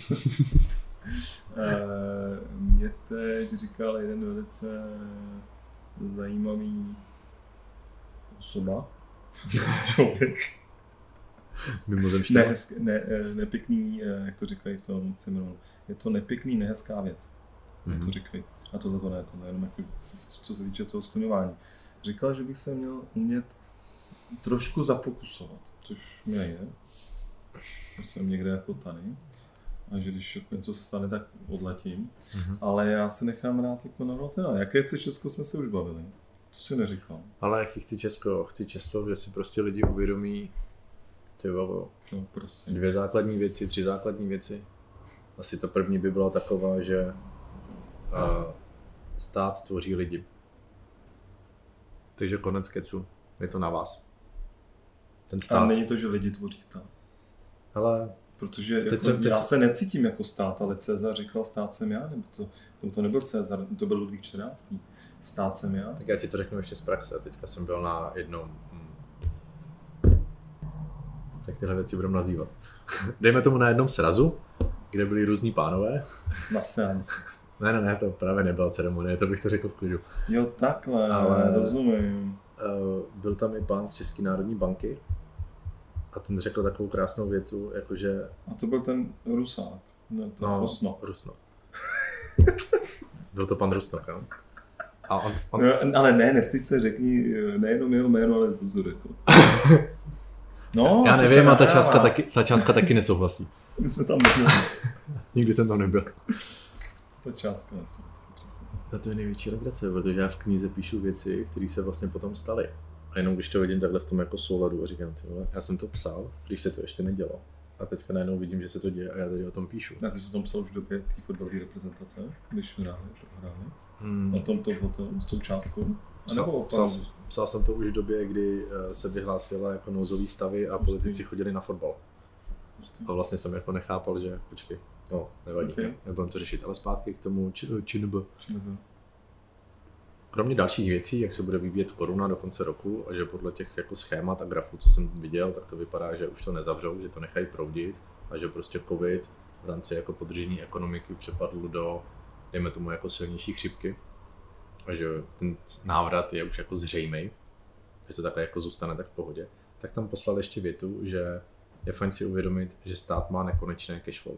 Eh, Mě teď říkal jeden velice zajímavý osoba, člověk,
Mimozemští.
Nehezk, ne, eh, nepěkný, eh, jak to říkají v tom Cimronu, je to nepěkný, nehezká věc, jak to
Mhm.
říkají. A tohle to ne, to jenom jako, co, co se týče toho skloňování. Říkal, že bych se měl umět trošku zafokusovat, což mě nejde. Já jsem někde jako tady. A že když jako něco se stane, tak odletím.
Mhm.
Ale já se nechám rád jako na hotel. Jaké chce Česko, jsme se už bavili. To si neříkal.
Ale jaký chci Česko? Chci Česko, že si prostě lidi uvědomí ty vole,
No, prosím.
dvě základní věci, tři základní věci. Asi to první by byla taková, že a, stát tvoří lidi. Takže konec kecu, je to na vás. Ten
A
stát.
není to, že lidi tvoří stát.
Ale
Protože jako,
jsem,
já
teď...
se necítím jako stát, ale Cezar říkal stát jsem já, nebo to, nebo to nebyl Cezar, to byl Ludvík čtrnáctý. Stát jsem já.
Tak já ti to řeknu ještě z praxe. Teďka jsem byl na jednom... Hm. Tak tyhle věci budeme nazývat. Dejme tomu na jednom srazu, kde byli různí pánové.
Na seanci.
Ne, ne, ne, to právě nebyla ceremonie, to bych to řekl v klidu.
Jo, takhle,
ale
rozumím.
Byl tam i pán z České národní banky a ten řekl takovou krásnou větu, jakože...
A to byl ten Rusák, ne, ten
no,
Rusnok.
Rusnok. Byl to pan Rusnok, jo? A on, on...
No, ale ne, nestyď se, řekni nejenom jeho jméno, ale pozor, jako. No,
já nevím, a ta částka, taky, ta částka taky nesouhlasí.
My jsme tam nebyli.
Nikdy jsem tam nebyl.
Ta částka nesouhlasí, přesně.
A to je největší legrace, protože já v knize píšu věci, které se vlastně potom staly. A jenom když to vidím takhle v tom jako souladu a říkám, ty vole, já jsem to psal, když se to ještě nedělo. A teďka najednou vidím, že se to děje a já tady o tom píšu.
A ty jsi o tom psal už v době té fotbalové reprezentace, když hráli, hráli?
Hmm.
O tom to, o tom, s tou částkou?
Psal, psal, psal jsem to už v době, kdy se vyhlásila jako nouzový stavy a politici chodili na fotbal. A vlastně jsem jako nechápal, že počkej, no nevadí, okay. Nebudem to řešit, ale zpátky k tomu ČNB. Kromě dalších věcí, jak se bude vyvíjet koruna do konce roku a že podle těch jako schémat a grafů, co jsem viděl, tak to vypadá, že už to nezavřou, že to nechají proudit a že prostě covid v rámci jako podržení ekonomiky přepadl do, dejme tomu, jako silnější chřipky a že ten návrat je už jako zřejmej, že to takhle jako zůstane tak v pohodě. Tak tam poslal ještě větu, že je fajn si uvědomit, že stát má nekonečné cashflow.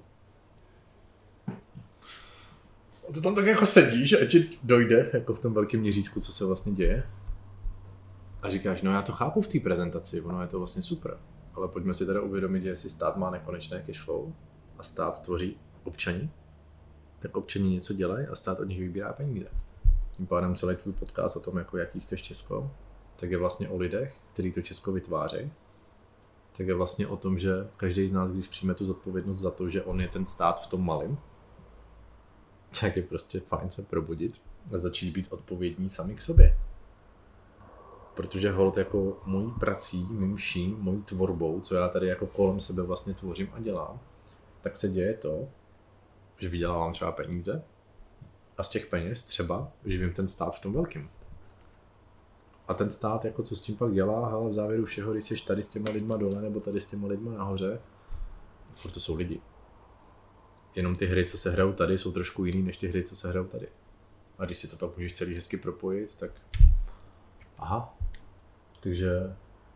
A to tam tak jako sedíš a ti dojde jako v tom velkém měřítku, co se vlastně děje. A říkáš, no já to chápu v té prezentaci, ono je to vlastně super. Ale pojďme si teda uvědomit, že jestli stát má nekonečné cashflow a stát tvoří občani, tak občani něco dělají a stát od nich vybírá peníze. Tím pádem celý tvůj podcast o tom, jako jaký chceš Česko, tak je vlastně o lidech, kteří to Česko vytvářejí. Tak je vlastně o tom, že každý z nás, když přijme tu zodpovědnost za to, že on je ten stát v tom malém, tak je prostě fajn se probudit a začít být odpovědní sami k sobě. Protože holt jako mojí prací, mým vším, mojí tvorbou, co já tady jako kolem sebe vlastně tvořím a dělám, tak se děje to, že vydělávám třeba peníze a z těch peněz třeba živím ten stát v tom velkým. A ten stát, jako co s tím pak dělá, ale v závěru všeho, když jsi tady s těma lidma dole nebo tady s těma lidma nahoře, furt to jsou lidi. Jenom ty hry, co se hrajou tady, jsou trošku jiný než ty hry, co se hrajou tady. A když si to pak můžeš celý hezky propojit, tak aha. Takže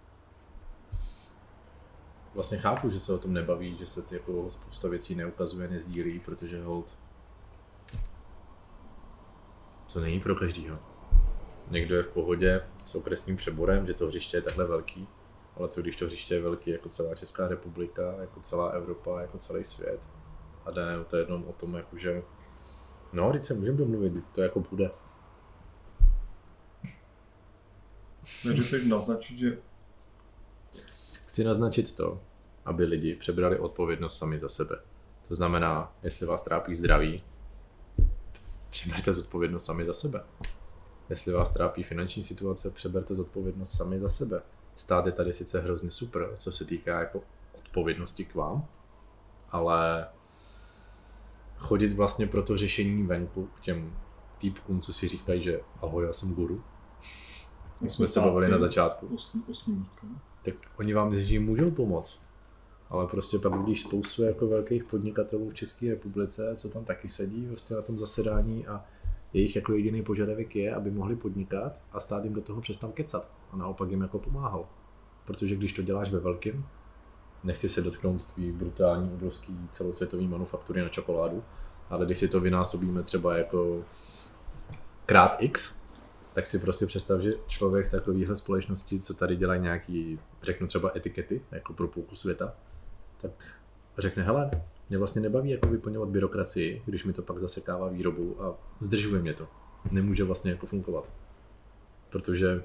vlastně chápu, že se o tom nebaví, že se ty jako spousta věcí neukazuje, nezdílí, protože hold to není pro každýho. Někdo je v pohodě s okresním přeborem, že to hřiště je takhle velký, ale co když to hřiště je velký jako celá Česká republika, jako celá Evropa, jako celý svět. A jde to jenom o tom, jakože no, teď se můžeme domluvit, to jako bude.
Takže chceš naznačit, že...
Chci naznačit to, aby lidi přebrali odpovědnost sami za sebe. To znamená, jestli vás trápí zdraví, přeberte zodpovědnost sami za sebe. Jestli vás trápí finanční situace, přeberte zodpovědnost sami za sebe. Stát je tady sice hrozně super, co se týká jako odpovědnosti k vám, ale chodit vlastně pro to řešení venku k těm týpkům, co si říkají, že ahoj, já jsem guru. My jsme se bavili na začátku. Tak oni vám že můžou pomoct. Ale prostě pak vidíš spoustu jako velkých podnikatelů v České republice, co tam taky sedí vlastně na tom zasedání a jejich jako jediný požadavek je, aby mohli podnikat a stát jim do toho přestal kecat a naopak jim jako pomáhal. Protože když to děláš ve velkým, nechci se dotknout tvý brutální, obrovský celosvětový manufaktury na čokoládu, ale když si to vynásobíme třeba jako krát x, tak si prostě představ, že člověk takovýhle společnosti, co tady dělají nějaký, řeknu třeba etikety, jako pro půlku světa, tak řekne, hele, mě vlastně nebaví jako vyplňovat byrokracii, když mi to pak zasekává výrobu a zdržuje mě to. Nemůže vlastně jako fungovat. Protože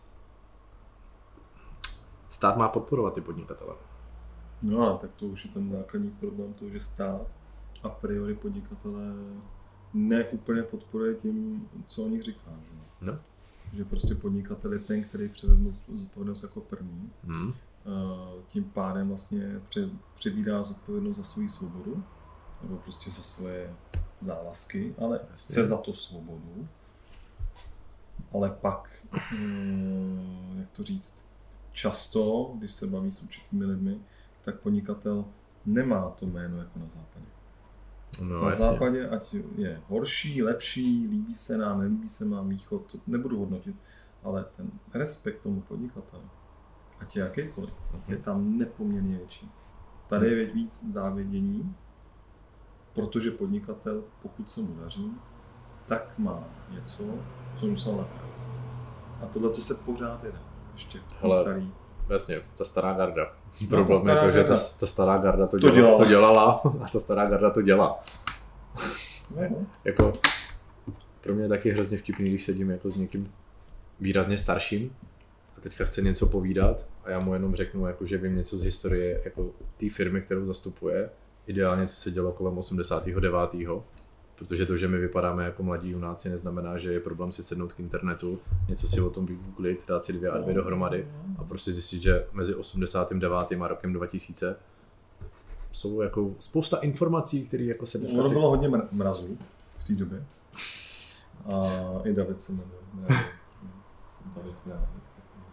stát má podporovat ty podnikatele.
No a tak to už je ten základní problém toho, že stát a priori podnikatele neúplně podporuje tím, co o nich říká. Že?
No.
Že prostě podnikatel je ten, který převezme zodpovědnost jako první.
Hmm.
tím pádem vlastně přebírá zodpovědnost za svou svobodu, nebo prostě za svoje závazky, ale chce za to svobodu. Ale pak, jak to říct, často, když se baví s určitými lidmi, tak podnikatel nemá to jméno jako na západě. No, na jasně. západě, ať je horší, lepší, líbí se nám, nelíbí se nám východ, to nebudu hodnotit, ale ten respekt tomu podnikateli, ať je jakýkoliv, je tam nepoměrně větší. Tady je víc závědění, protože podnikatel, pokud se mu daří, tak má něco, co musel nakrást. A tohle to se pořád jede. Ještě
Hele,
starý.
Jasně, ta stará garda.
No,
Problém je to,
garda.
že ta, ta stará garda to,
to,
děla,
dělala.
to dělala a ta stará garda to dělá.
No.
Jako, pro mě je taky hrozně vtipný, když sedím jako s někým výrazně starším a teďka chce něco povídat a já mu jenom řeknu, jako, že vím něco z historie jako té firmy, kterou zastupuje, ideálně co se dělo kolem osmdesátého devátého Protože to, že my vypadáme jako mladí junáci, neznamená, že je problém si sednout k internetu, něco si o tom vygooglit, dát si dvě a dvě dohromady a prostě zjistit, že mezi osmdesátým devátým a rokem dva tisíce jsou jako spousta informací, které jako se dneska...
Ono bylo hodně mrazů v té době. A i David se jmenuje. David Mrázek.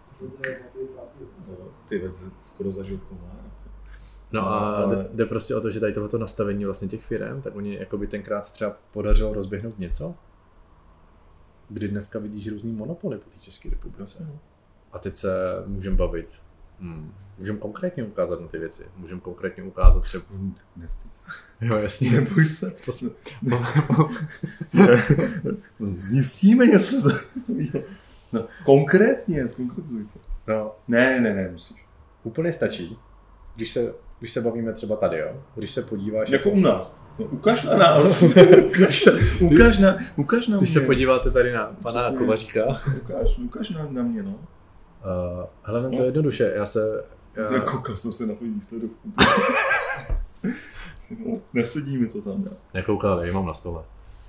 Ty věc skoro zažil komára.
No a ale... jde prostě o to, že tady tohleto nastavení vlastně těch firem, tak oni jakoby tenkrát se třeba podařilo rozběhnout něco, kdy dneska vidíš různý monopoly po té České republice. A teď se můžeme bavit, hmm, můžeme konkrétně ukázat na ty věci, můžeme konkrétně ukázat třeba...
Nestic.
Jo, jasně.
Neboj se. Zjistíme něco za... No, konkrétně, zkonkretuj to.
No.
Ne, ne, ne, musíš.
Úplně stačí, když se, když se bavíme třeba tady, jo? Když se podíváš...
Jako u nás. No, ukaž na nás. ukaž, se, ukaž, na, ukaž na
když
mě.
se podíváte tady na pana Přesně. Kovaříka.
Ukaž, ukaž na, na mě, no.
Uh, hele, vem to no. jednoduše, já se... Já...
Já koukal jsem se na tvůj výsledek. No, nesedí mi to tam.
Nekoukal, ale ji mám na stole.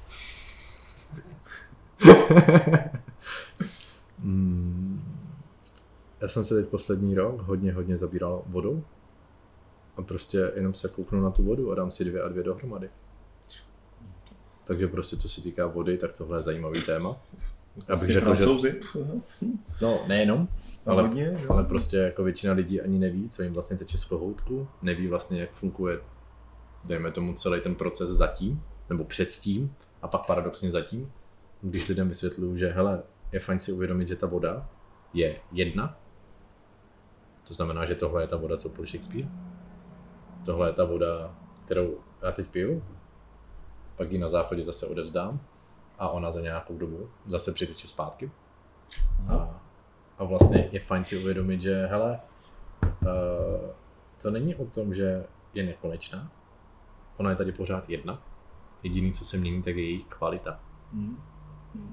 mm, já jsem se teď poslední rok hodně, hodně zabíral vodou. A prostě jenom se kouknu na tu vodu a dám si dvě a dvě dohromady. Takže prostě co se týká vody, tak tohle je zajímavý téma. Já bych řekl, že... No, nejenom, ale, hodně, ale prostě jako většina lidí ani neví, co jim vlastně teče z kohoutku, neví vlastně, jak funguje, dejme tomu, celý ten proces zatím, nebo předtím, a pak paradoxně zatím, když lidem vysvětluju, že hele, je fajn si uvědomit, že ta voda je jedna, to znamená, že tohle je ta voda, co pil Shakespeare, tohle je ta voda, kterou já teď piju, pak ji na záchodě zase odevzdám a ona za nějakou dobu zase přiteče zpátky. A, a vlastně je fajn si uvědomit, že hele, uh, to není o tom, že je nekonečná, ona je tady pořád jedna, jediný, co se mění, tak je jejich kvalita. Mm. Mm.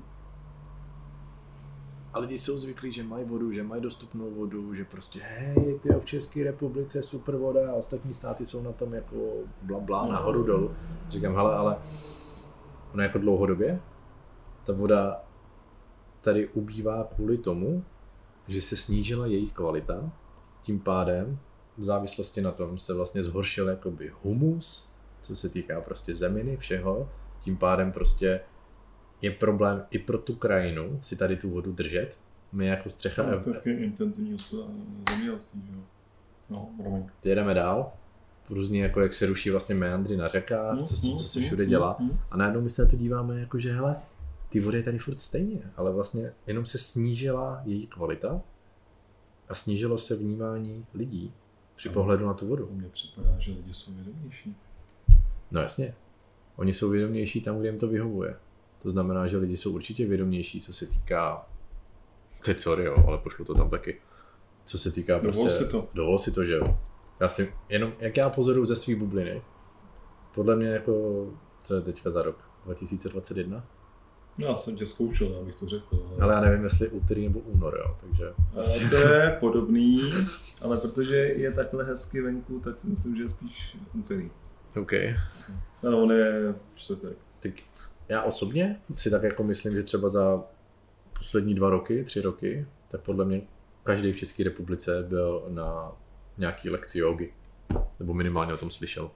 A lidi jsou zvyklí, že mají vodu, že mají dostupnou vodu, že prostě hej, ty v České republice super voda a ostatní státy jsou na tom jako bla bla, nahoru dolů. Říkám, hele, ale ona jako dlouhodobě, ta voda tady ubývá kvůli tomu, že se snížila jejich kvalita, tím pádem v závislosti na tom se vlastně zhoršil jakoby humus, co se týká prostě zeminy, všeho, tím pádem prostě je problém i pro tu krajinu si tady tu vodu držet. My jako střecha...
No, to je intenzivní zemědělství, že jo. No, promiň.
Jedeme dál. Různě jako jak se ruší vlastně meandry na řekách, co, co, co se všude dělá. A najednou my se na to díváme jako, že hele, ty vody je tady furt stejně, ale vlastně jenom se snížila její kvalita a snížilo se vnímání lidí při pohledu na tu vodu.
Mně připadá, že lidi jsou vědomější.
No jasně. Oni jsou vědomější tam, kde jim to vyhovuje. To znamená, že lidi jsou určitě vědomější, co se týká... Teď sorry, jo, ale pošlu to tam taky. Co se týká prostě...
Dovol si to.
Dovol si to, že jo. Já si jenom, jak já pozoruju ze svý bubliny, podle mě jako, co je teďka za rok? dva tisíce dvacet jedna?
Já jsem tě zkoušel, abych to řekl.
Ale, ale já nevím, jestli úterý nebo únor, jo, takže...
A to je podobný, ale protože je takhle hezky venku, tak si myslím, že je spíš úterý.
OK.
Ale on je čtvrtek.
Tak já osobně si tak jako myslím, že třeba za poslední dva roky, tři roky, tak podle mě každý v České republice byl na nějaký lekci jógy. Nebo minimálně o tom slyšel.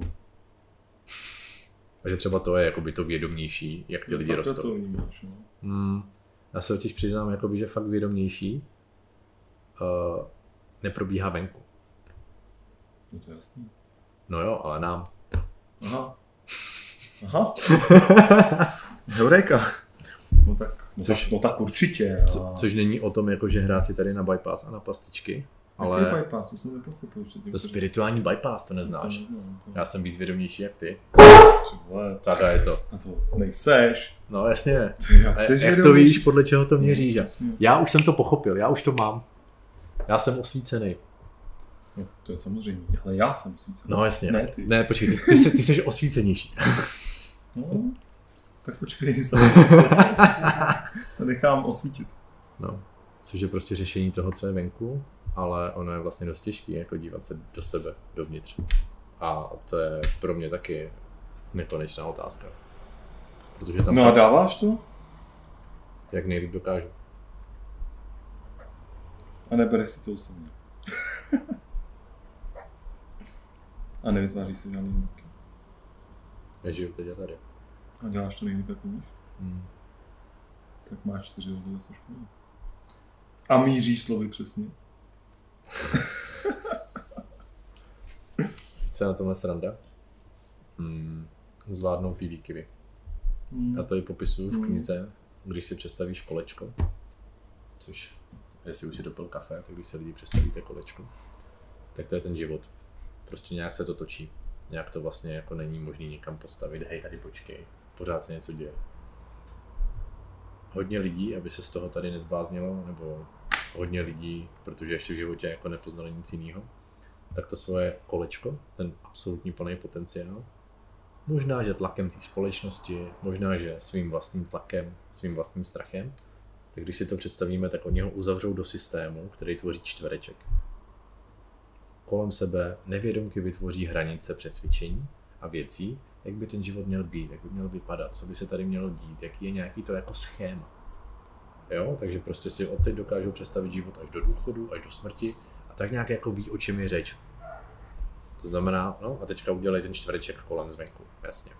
A že třeba to je jakoby to vědomější, jak ty
no,
lidi rostou.
To vnímáš, no.
hmm, já se totiž přiznám, jakoby, že fakt vědomější uh, neprobíhá venku.
No to je jasný.
No jo, ale nám.
Aha. Aha. Heureka. No tak, no,
což,
tak, no tak určitě.
Co,
a...
což není o tom, jako, že hrát si tady na bypass a na pastičky. Ale
jaký bypass? To jsem nepochopil.
To spirituální bypass, to neznáš.
To neznám, to...
Já jsem víc vědomější jak ty.
Vole,
Tada je to.
a to nejseš.
No jasně.
Jak,
a jak to víš, podle čeho to měříš?
No,
já už jsem to pochopil, já už to mám. Já jsem osvícený.
No, to je samozřejmě, ale já jsem osvícený.
No jasně.
Ne, ty.
Ne, počkej, ty, ty, jsi, ty jsi osvícenější.
No, tak počkej, se, se nechám osvítit.
No, což je prostě řešení toho, co je venku, ale ono je vlastně dost těžké jako dívat se do sebe, dovnitř. A to je pro mě taky nekonečná otázka. Protože tam
no a dáváš to?
Jak nejlíp dokážu.
A nebereš si to osobně. A nevytváříš si žádný výjimky.
Nežiju teď a tady.
A děláš to nejlíp, jak umíš?
Hmm.
Tak máš čtyři roky zase školy. A míříš slovy přesně.
Co je na tomhle sranda? Hmm. Zvládnout ty výkyvy.
Hmm.
Já to i popisuju v knize, když si představíš kolečko. Což, jestli už si dopil kafe, tak když se lidi představíte kolečko, tak to je ten život. Prostě nějak se to točí. Nějak to vlastně jako není možný někam postavit. Hej, tady počkej, pořád se něco děje. Hodně lidí, aby se z toho tady nezbláznilo, nebo hodně lidí, protože ještě v životě jako nepoznali nic jiného, tak to svoje kolečko, ten absolutní plný potenciál, možná, že tlakem té společnosti, možná, že svým vlastním tlakem, svým vlastním strachem, tak když si to představíme, tak oni ho uzavřou do systému, který tvoří čtvereček. Kolem sebe nevědomky vytvoří hranice přesvědčení a věcí, jak by ten život měl být, jak by měl vypadat, co by se tady mělo dít, jaký je nějaký to jako schéma. Jo, takže prostě si od teď dokážou představit život až do důchodu, až do smrti a tak nějak jako ví, o čem je řeč. To znamená, no a teďka udělej ten čtvereček kolem zvenku, jasně.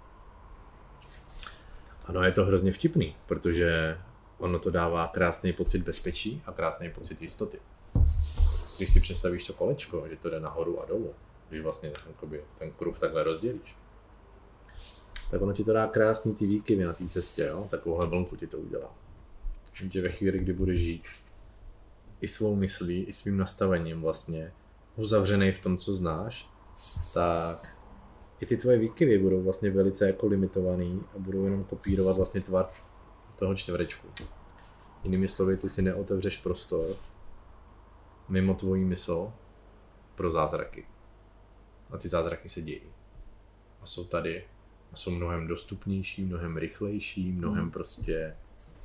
Ano, je to hrozně vtipný, protože ono to dává krásný pocit bezpečí a krásný pocit jistoty. Když si představíš to kolečko, že to jde nahoru a dolů, když vlastně jakoby, ten kruh takhle rozdělíš, tak ono ti to dá krásný ty výkyvy na té cestě, jo? Takovouhle vlnku ti to udělá. Že ve chvíli, kdy budeš žít i svou myslí, i svým nastavením vlastně, uzavřený v tom, co znáš, tak i ty tvoje výkyvy budou vlastně velice jako limitovaný a budou jenom kopírovat vlastně tvar toho čtverečku. Jinými slovy, ty si neotevřeš prostor mimo tvojí mysl pro zázraky. A ty zázraky se dějí. A jsou tady. A jsou mnohem dostupnější, mnohem rychlejší, mnohem prostě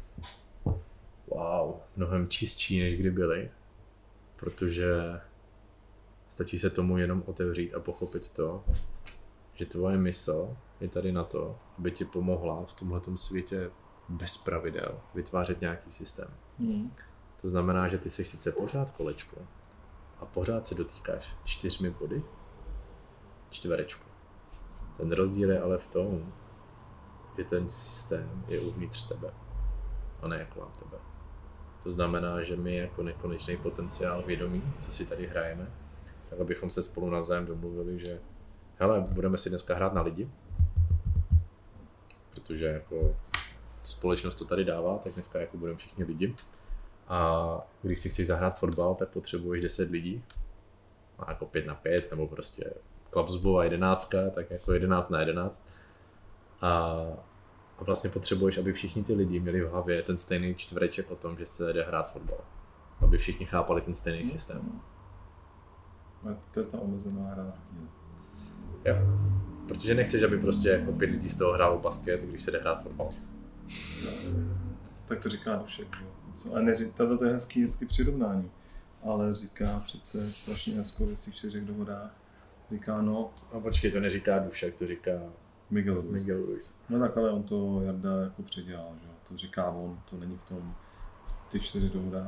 wow, mnohem čistší, než kdy byly. Protože stačí se tomu jenom otevřít a pochopit to, že tvoje mysl je tady na to, aby ti pomohla v tomhletom světě bez pravidel vytvářet nějaký systém. Mm. To znamená, že ty jsi sice pořád kolečko a pořád se dotýkáš čtyřmi body čtverečku. Ten rozdíl je ale v tom, že ten systém je uvnitř tebe a ne kolem tebe. To znamená, že my jako nekonečný potenciál vědomí, co si tady hrajeme, tak abychom se spolu navzájem domluvili, že hele, budeme si dneska hrát na lidi, protože jako společnost to tady dává, tak dneska jako budeme všichni lidi. A když si chceš zahrát fotbal, tak potřebuješ deset lidí, a jako pět na pět, nebo prostě klapsbová jedenáctka, tak jako jedenáct na jedenáct. A, a vlastně potřebuješ, aby všichni ty lidi měli v hlavě ten stejný čtvereček o tom, že se jde hrát fotbal. Aby všichni chápali ten stejný no, systém.
A to je ta omezená hra.
Jo. Protože nechceš, aby prostě jako pět lidí z toho hrálo basket, když se jde hrát fotbal.
Tak to říká Dušek, že jo. A neří, to je hezký, hezký přirovnání. Ale říká přece strašně hezko v těch čtyřech dohodách. Říká no...
A počkej, to neříká Dušek, to říká
Miguel Ruiz.
Miguel Ruiz.
No tak ale on to Jarda jako předělal, že jo. To říká on, to není v tom v těch čtyřech dohodách.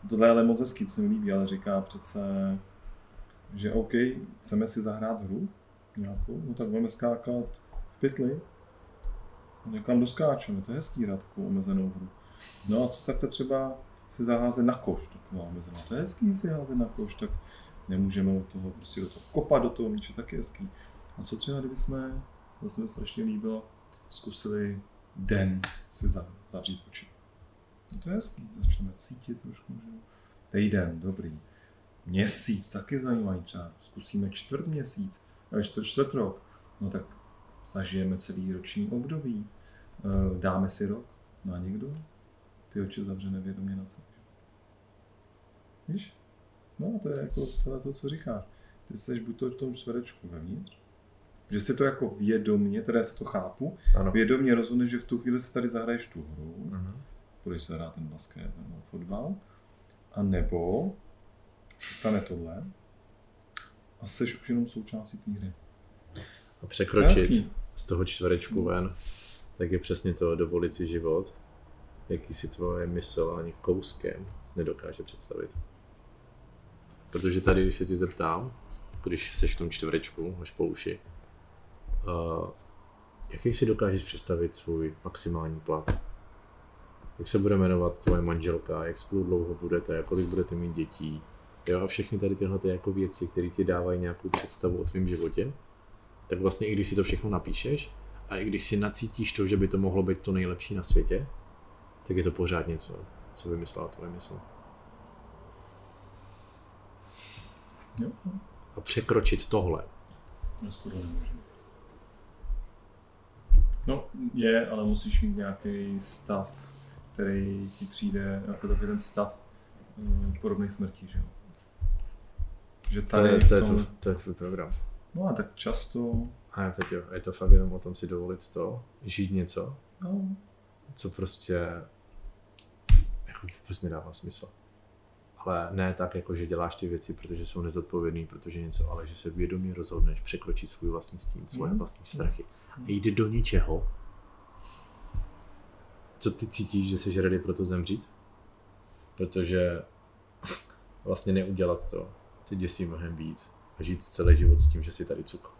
tohle je ale moc hezký, co se mi líbí, ale říká přece, že OK, chceme si zahrát hru nějakou, no tak budeme skákat v pytli. Někam doskáčeme, to je hezký hrát takovou omezenou hru. No a co takhle třeba si zaházet na koš, taková omezená, to je hezký si házet na koš, tak nemůžeme od toho prostě do toho kopat do toho míče, tak je hezký. A co třeba, kdyby jsme, to se mi strašně líbilo, zkusili den si zavřít oči. No to je hezký, začneme cítit trošku, že týden, dobrý. Měsíc, taky zajímavý třeba, zkusíme čtvrt měsíc, čtvrt, čtvrt rok, no tak zažijeme celý roční období, dáme si rok, no a někdo ty oči zavře nevědomě na celý. Víš? No to je jako tohle to, co říkáš. Ty jsi buď to v tom čtverečku vevnitř, že si to jako vědomě, teda si to chápu, ano. Vědomě rozhodneš, že v tu chvíli si tady zahraješ tu hru, uh-huh. Budeš se hrát ten basket nebo fotbal, a nebo se stane tohle a jsi už jenom součástí té hry.
A překročit Hezký. Z toho čtverečku ven, tak je přesně to dovolit si život, jaký si tvoje mysl ani kouskem nedokáže představit. Protože tady, když se ti zeptám, když seš v tom čtverečku, máš po uši, uh, jaký si dokážeš představit svůj maximální plat? Jak se bude jmenovat tvoje manželka, jak spolu dlouho budete, kolik budete mít dětí, jo, a všechny tady tyhle ty jako věci, které ti dávají nějakou představu o tvém životě, tak vlastně i když si to všechno napíšeš a i když si nacítíš to, že by to mohlo být to nejlepší na světě, tak je to pořád něco, co vymyslela tvoje mysl.
Jo.
A překročit tohle.
No skoro nemůžu. No je, ale musíš mít nějaký stav, který ti přijde jako takový ten stav podobný smrti, že jo? Že tady
to, je, to, je
tom...
to, to je tvůj program.
No a tak často...
A je, jo, je to fakt jenom o tom si dovolit to, žít něco,
no.
Co prostě jako vůbec nedává smysl. Ale ne tak, jako že děláš ty věci, protože jsou nezodpovědný, protože něco, ale že se vědomě rozhodneš překročit svůj vlastní stín, svoje vlastní strachy a jít do ničeho, co ty cítíš, že jsi ready pro to zemřít, protože vlastně neudělat to tě děsí mnohem víc a žít celý život s tím, že jsi tady cuk.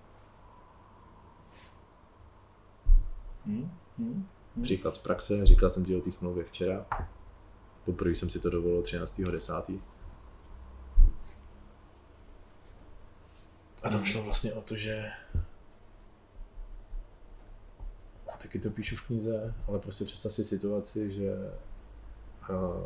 Hmm, hmm, hmm.
Příklad z praxe, říkal jsem ti o té smlouvě včera. Poprvé jsem si to dovolil třináctého desátého A tam šlo vlastně o to, že taky to píšu v knize, ale prostě představ si situaci, že uh,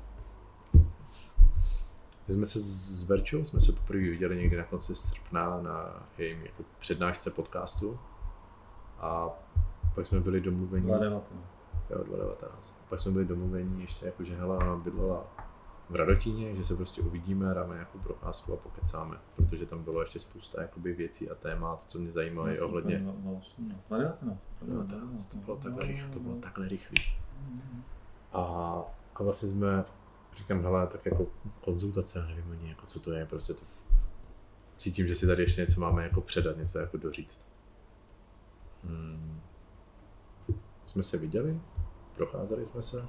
jsme se s Verčou, jsme se poprvé viděli někdy na konci srpna na jejím jako přednášce podcastu a pak jsme byli domluveni.
dvacet devatenáct
Jo, dvacet devatenáct Pak jsme byli domluveni ještě jako, že hele, ona bydlela v Radotíně, že se prostě uvidíme, dáme nějakou procházku a pokecáme, protože tam bylo ještě spousta jakoby věcí a témat, co mě zajímalo i ohledně.
dvacet devatenáct
dvacet devatenáct To bylo takhle rychle, to bylo takhle rychlý. A, a vlastně jsme, říkám, hele, tak jako konzultace, nevím ani jako co to je, prostě to cítím, že si tady ještě něco máme jako předat, něco jako doříct. Hmm. Jsme se viděli, procházeli jsme se.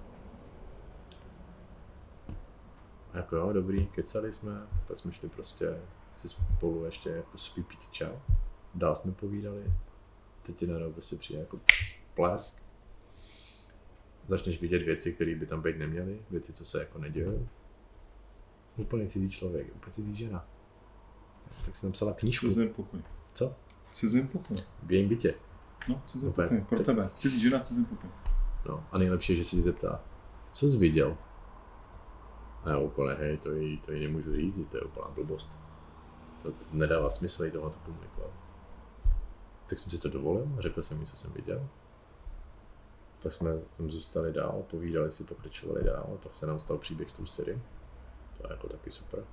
A jako jo, dobrý, kecali jsme, pak jsme šli prostě si spolu ještě jako vypít čaj. Dál jsme povídali. Teď ti najednou prostě přijde jako plesk. Začneš vidět věci, které by tam být neměly, věci, co se jako nedějí. Úplně cizí člověk, úplně cizí žena. Tak jsem napsala knížku.
Cizím pokoj.
Co?
Cizím pokoj.
V jejím bytě.
No, cizím pokoj, pro tebe. Cizí žena, cizím pokoj.
No a nejlepší je, že si zeptá, co jsi viděl? A já úplně, hej, to jí, to jí nemůžu říct, to je úplná blbost. To, to nedává smysl jí tohle komunikovat. Tak jsem si to dovolil a řekl jsem jí, co jsem viděl. Pak jsme tam zůstali dál, povídali si, pokračovali dál a pak se nám stal příběh s tou Siri. To je jako taky super.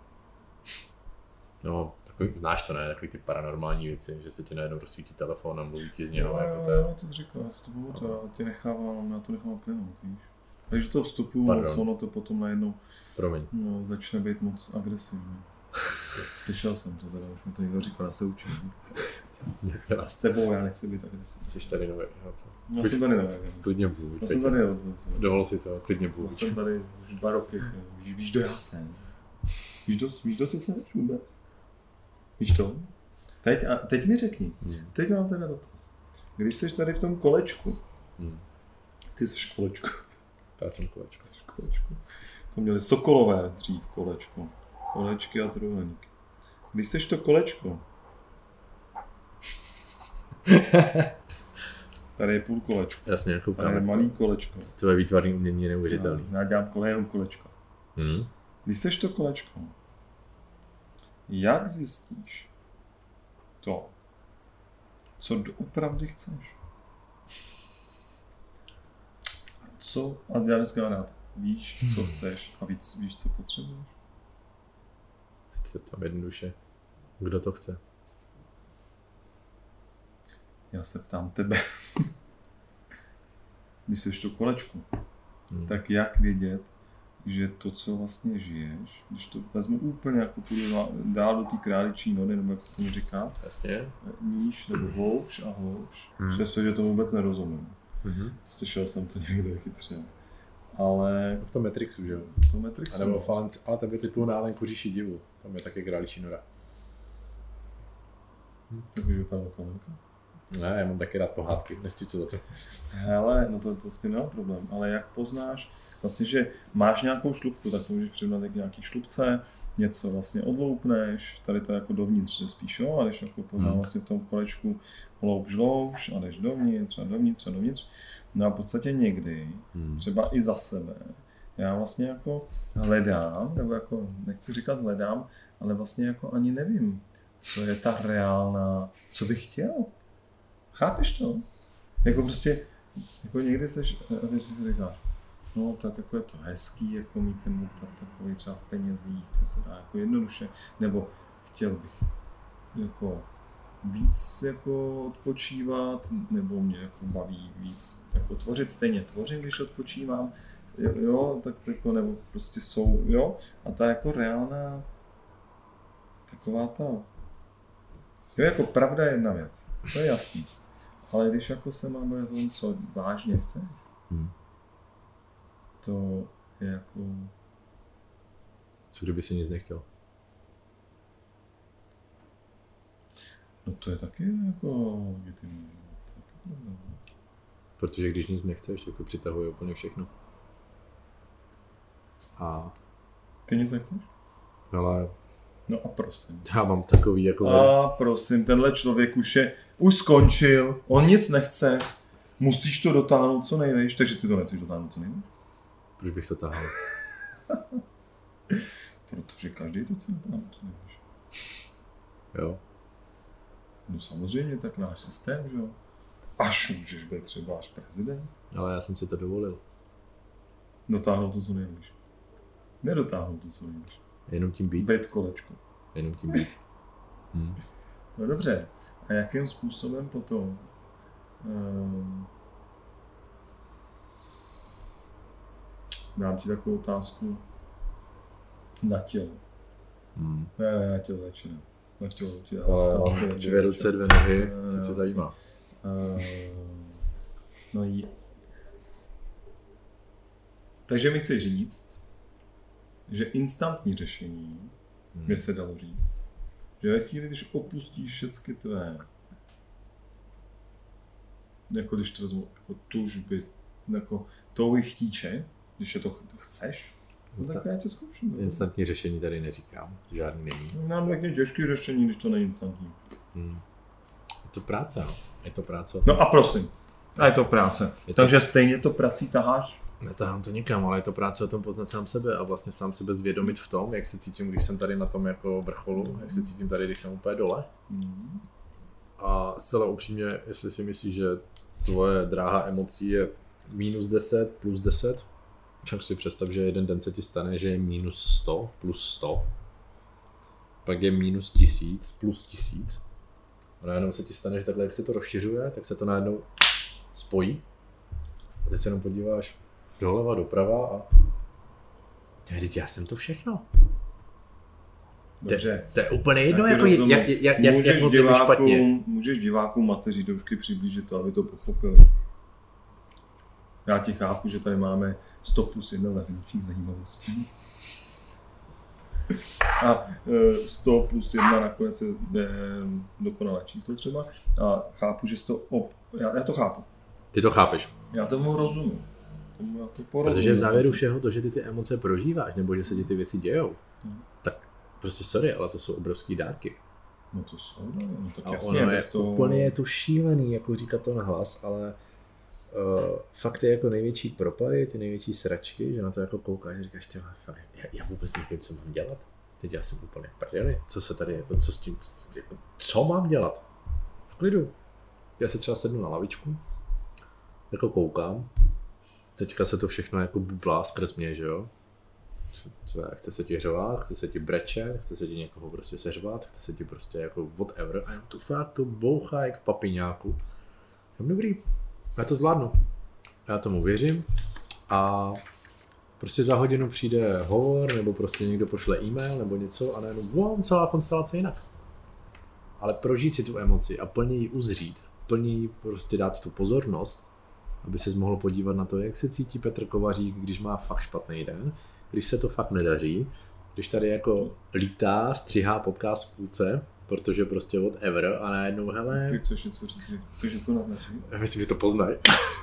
No, takový, znáš to, ne? Takový ty paranormální věci, že se ti najednou rozsvítí telefon a mluví ti z něho.
Jo,
jako to
jo, jo, to říkal, já si to bylo, to, já tě nechávám, já to nechám plynout, víš. Takže to vstupuju, ono to potom najednou
Promiň.
No, začne být moc agresivní. Slyšel jsem to teda, už mi to někdo říkal, já se učím. A s tebou já nechci být agresivní.
Jsi tady nový.
Já jsem tady nový.
Klidně buď.
Já jsem tady,
Dovol si to, klidně buď.
Já jsem tady už dva roky. Víš, víš, kdo já jsem? Víš, do, víš, do co jsem vůbec? Víš to? Teď, a teď mi řekni. Hmm. Teď mám teda dotaz. Když jsi tady v tom kolečku, hmm. ty jsi v kolečku.
Já jsem kolečku.
Jsi v kolečku. To měli sokolové dřív kolečko. Kolečky a trůhelníky. Když jsi to kolečko, tady je půl kolečko.
Jasně, koukám.
Tady je malý kolečko.
Tvoje výtvarné umění je neuvěřitelné.
Já dělám kole jenom kolečko.
Hmm.
Když jsi to kolečko, jak zjistíš to, co doopravdy chceš? A co, a já dneska rád, víš, co chceš a víc, víš, co potřebuješ?
Teď se ptám jednoduše, kdo to chce?
Já se ptám tebe. Když jsi to kolečko, hmm. tak jak vědět, že to, co vlastně žiješ, když to vezmu úplně jako půjdu dál do té králičí nory, nebo jak se tomu říká,
jasně.
Níž nebo hloubš a hloubš, hmm. přestože to vůbec nerozumím. Hmm. Slyšel jsem to někde chytře. Ale...
V tom Matrixu, že jo?
V tom Matrixu.
A nebo Falence, ale tam je typu nálenku říši divu. Tam je taky králičí nora.
Hm. Tak už vypadá kolenka.
Ne, já mám taky rád pohádky, nechci co za to.
Hele, no to, to s tím nemá problém, ale jak poznáš, vlastně, že máš nějakou šlupku, tak to můžeš přirovnat k nějaký šlupce, něco vlastně odloupneš, tady to je jako dovnitř spíš, jo, a když jako pořád hmm. vlastně v tom kolečku hloubš, hloubš a jdeš dovnitř a dovnitř a dovnitř, no a v podstatě někdy, hmm. třeba i za sebe, já vlastně jako hledám, nebo jako nechci říkat hledám, ale vlastně jako ani nevím, co je ta reálná, co bych chtěl. Chápeš to? Jako prostě, jako někdy seš, a teď si říkáš, no tak jako je to hezký, jako mít ten obrat takový třeba v penězích, to se dá jako jednoduše, nebo chtěl bych jako víc jako odpočívat, nebo mě jako baví víc jako tvořit, stejně tvořím, když odpočívám, jo, jo tak jako, nebo prostě jsou, jo, a ta jako reálná, taková ta, jo, jako pravda je jedna věc, to je jasný. Ale když jako se mám bavit o tom, co vážně chceš, hmm. to je jako...
Co kdyby si nic nechtěl?
No to je taky jako legitimní.
Protože když nic nechceš, tak to přitahuje úplně všechno. A...
Ty nic nechceš?
Ale...
No a prosím.
Já mám takový jako...
A prosím, tenhle člověk už je, už skončil, on nic nechce, musíš to dotáhnout co nejvíš, takže ty to nechceš dotáhnout co nejvíš?
Proč bych to táhl?
Protože každý to chce dotáhnout co nejvíš.
Jo.
No samozřejmě, tak náš systém, že jo. Až můžeš být třeba až prezident.
Ale já jsem si to dovolil.
Dotáhnout to co nejvíš. Nedotáhnout to co nejvíš.
Jenom tím být.
Být kolečko.
Jenom tím být. Hmm.
No dobře. A jakým způsobem potom um, dám ti takovou otázku na tělo. Hmm. Ne, ne, na tělo začíná. Na tělo začíná.
Dvě ruce, dvě nohy, co tě zajímá?
Uh, no jí. Takže mi chci říct, že instantní řešení hmm. by se dalo říct, že ve chvíli, když opustíš všechny tvé, jako když to vezmu, jako tužby, jako touhy chtíče, když je to chceš,
Insta-
tak já tě zkouším.
Instantní řešení tady neříkám, žádný není.
Nám taky těžký řešení, když to není instantní.
Hmm. Je to práce, no. Je to práce.
No a prosím, a je to práce. Je to... Takže stejně to prací taháš?
Netahám to nikam, ale je to práce o tom poznat sám sebe a vlastně sám sebe zvědomit v tom, jak se cítím, když jsem tady na tom jako vrcholu, mm. jak se cítím tady, když jsem úplně dole. Mm. A zcela upřímně, jestli si myslíš, že tvoje dráha emocí je minus deset plus deset, tak si představ, že jeden den se ti stane, že je minus sto plus sto, pak je minus tisíc plus tisíc a najednou se ti stane, že takhle, jak se to rozšiřuje, tak se to najednou spojí a teď se jenom podíváš doleva, doprava a teď já jsem to všechno.
Dobře.
To je úplně jedno,
Já ti
jako,
rozumím.
jak, jak, jak,
Můžeš
jak moc je mi špatně.
divákům, můžeš divákům mateří doušky přiblížit to, aby to pochopil. Já ti chápu, že tady máme sto plus jedna zahraničních zajímavostí. A sto plus jedna nakonec je dokonalé číslo třeba. A chápu, že sto op... já, já to chápu.
Ty to chápeš.
Já tomu rozumím. Tomu já to porozumím.
Protože v závěru všeho to, že ty ty emoce prožíváš, nebo že se ti ty věci dějou,
hmm.
tak prostě sorry, ale to jsou obrovský dárky.
No to jsou, no tak
a
jasně.
ono je
toho...
úplně je to šílený, jako říkat to nahlas, ale uh, fakt je jako největší propady, ty největší sračky, že na to jako koukáš a říkáš, tyhle, fakt, já, já vůbec nevím, co mám dělat. Teď já jsem úplně v prdeli, co se tady, jako, co s tím, co, jako, co mám dělat? V klidu. Já se třeba sednu na lavičku, jako koukám, teďka se to všechno jako bublá skrz mě, že jo? Chce se ti hřovat, chce se ti brečet, chce se ti někoho prostě seřvat, chce se ti prostě jako whatever a tu fakt to bouchá jak v papiňáku. Jsem dobrý, já to zvládnu. Já tomu věřím a prostě za hodinu přijde hovor nebo prostě někdo pošle e-mail nebo něco a najednou wow, celá konstelace jinak. Ale prožít si tu emoci a plně ji uzřít, plně ji prostě dát tu pozornost, aby ses mohl podívat na to, jak se cítí Petr Kovařík, když má fakt špatný den, když se to fakt nedaří, když tady jako lítá, střihá podcast v půlce, protože prostě whatever a najednou hele...
Chceš něco říct, chceš něco naznačit?
Já myslím, že to poznají.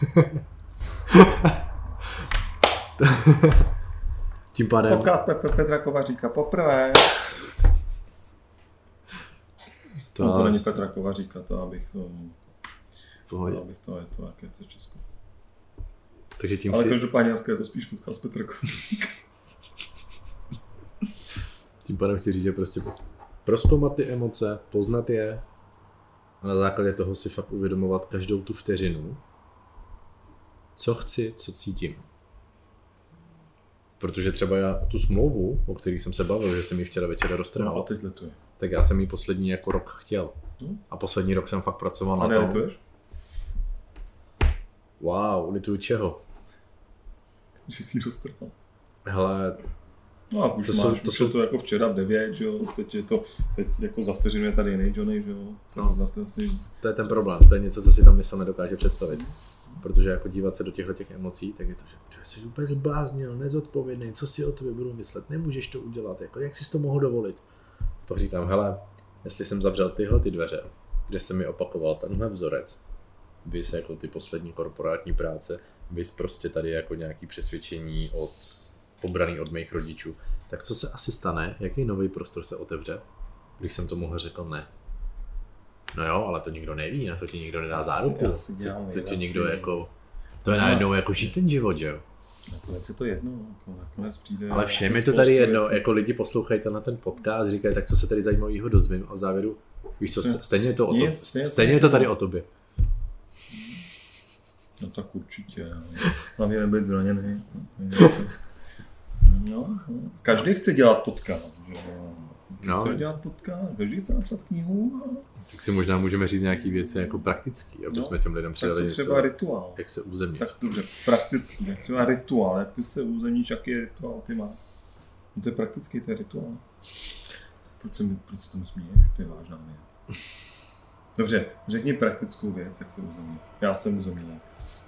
Tím pádem...
Podcast Petra Kovaříka poprvé. To, no, to není Petra Kovaříka, to abych... Um, to, abych to, je to, jaké chce Česko.
Takže tím
Ale
si...
každopádně dneska je to spíš podcast Petra Kovaříka.
Tím pádem chci říct, že prostě prozkoumat ty emoce, poznat je a na základě toho si fakt uvědomovat každou tu vteřinu, co chci, co cítím. Protože třeba já tu smlouvu, o které jsem se bavil, že jsem ji včera večer roztrhal,
no, a teď letuje.
Tak já jsem ji poslední jako rok chtěl. Hmm? A poslední rok jsem fakt pracoval
a
na tom.
A nelituješ?
Wow, lituju čeho?
Že jsi ji roztrhal.
Hele,
no a už
to
máš,
jsou,
už
to
je
jsou...
to jako včera v devět, že jo, teď je to, teď jako za vteřinu je tady jiný Johnny, že jo.
No, to je ten problém, to je něco, co si tam mysl nedokáže představit. Protože jako dívat se do těchto těch emocí, tak je to, že ty jsi úplně zbláznil, nezodpovědný, co si o tobě budu myslet, nemůžeš to udělat, jako jak jsi to mohl dovolit. Pak říkám, hele, jestli jsem zavřel tyhle ty dveře, kde se mi opakoval tenhle vzorec, vys jako ty poslední korporátní práce, vys prostě tady jako nějaký přesvědčení od pobraný od mých rodičů, tak co se asi stane, jaký nový prostor se otevře, když jsem tomu řekl ne. No jo, ale to nikdo neví, na to ti nikdo nedá záruku. To, to ti nikdo jako, to je najednou jako žít ten život, že jo?
Nakonec je to jedno, jako nakonec přijde...
Ale všem je to tady jedno, věcí. Jako lidi poslouchají na ten podcast, říkají, tak co se tady zajímavého dozvím a v závěru, víš co, stejně je to, o to, Nic, stejně, stejně je to tady o tobě.
No tak určitě, hlavně nebyt zraněný. No, každý chce dělat podcast, že jo? No. Chce dělat podcast, každý chce napsat knihu. A...
Tak si možná můžeme říct nějaký věci jako praktický, aby no, jsme těm lidem předali
něco. třeba rituál.
Jak se uzemnit.
Tak dobře, praktický, tak třeba rituál, jak ty se uzemníš, jaký rituál ty máš. No to je praktický, to je rituál. Proč se, proč se tomu směješ? To je vážná věc. Dobře, řekni praktickou věc, jak se uzemnit. Já jsem uzemněný.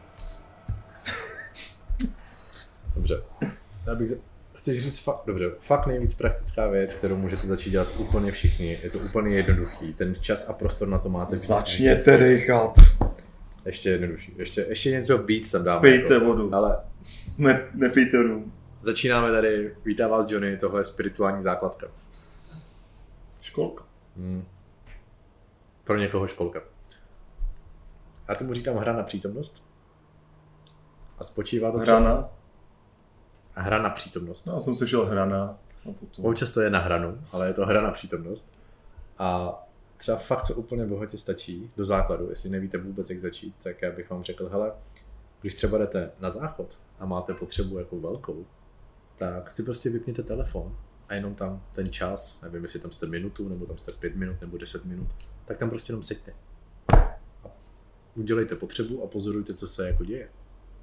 Dobře, já bych... Chceš říct fakt, dobře, fakt nejvíc praktická věc, kterou můžete začít dělat úplně všichni. Je to úplně jednoduchý. Ten čas a prostor na to máte.
Začněte dýchat.
Ještě jednodušší. Ještě, ještě něco víc tam dáme.
Pijte
jako,
vodu.
Ale
ne, nepijte rum.
Začínáme tady. Vítá vás Johnny, tohle je spirituální základka.
Školka.
Hmm. Pro někoho školka. Já tomu říkám hra na přítomnost. A spočívá to
hra na?
Hra na přítomnost.
No, já jsem slyšel hrana.
Občas to je na hranu, ale je to hra na přítomnost. A třeba fakt, co úplně bohatě stačí do základu, jestli nevíte vůbec, jak začít, tak já bych vám řekl, hele, když třeba jdete na záchod a máte potřebu jako velkou, tak si prostě vypněte telefon a jenom tam ten čas, nevím, jestli tam jste minutu, nebo tam jste pět minut, nebo deset minut, tak tam prostě jenom seďte. A udělejte potřebu a pozorujte, co se jako děje.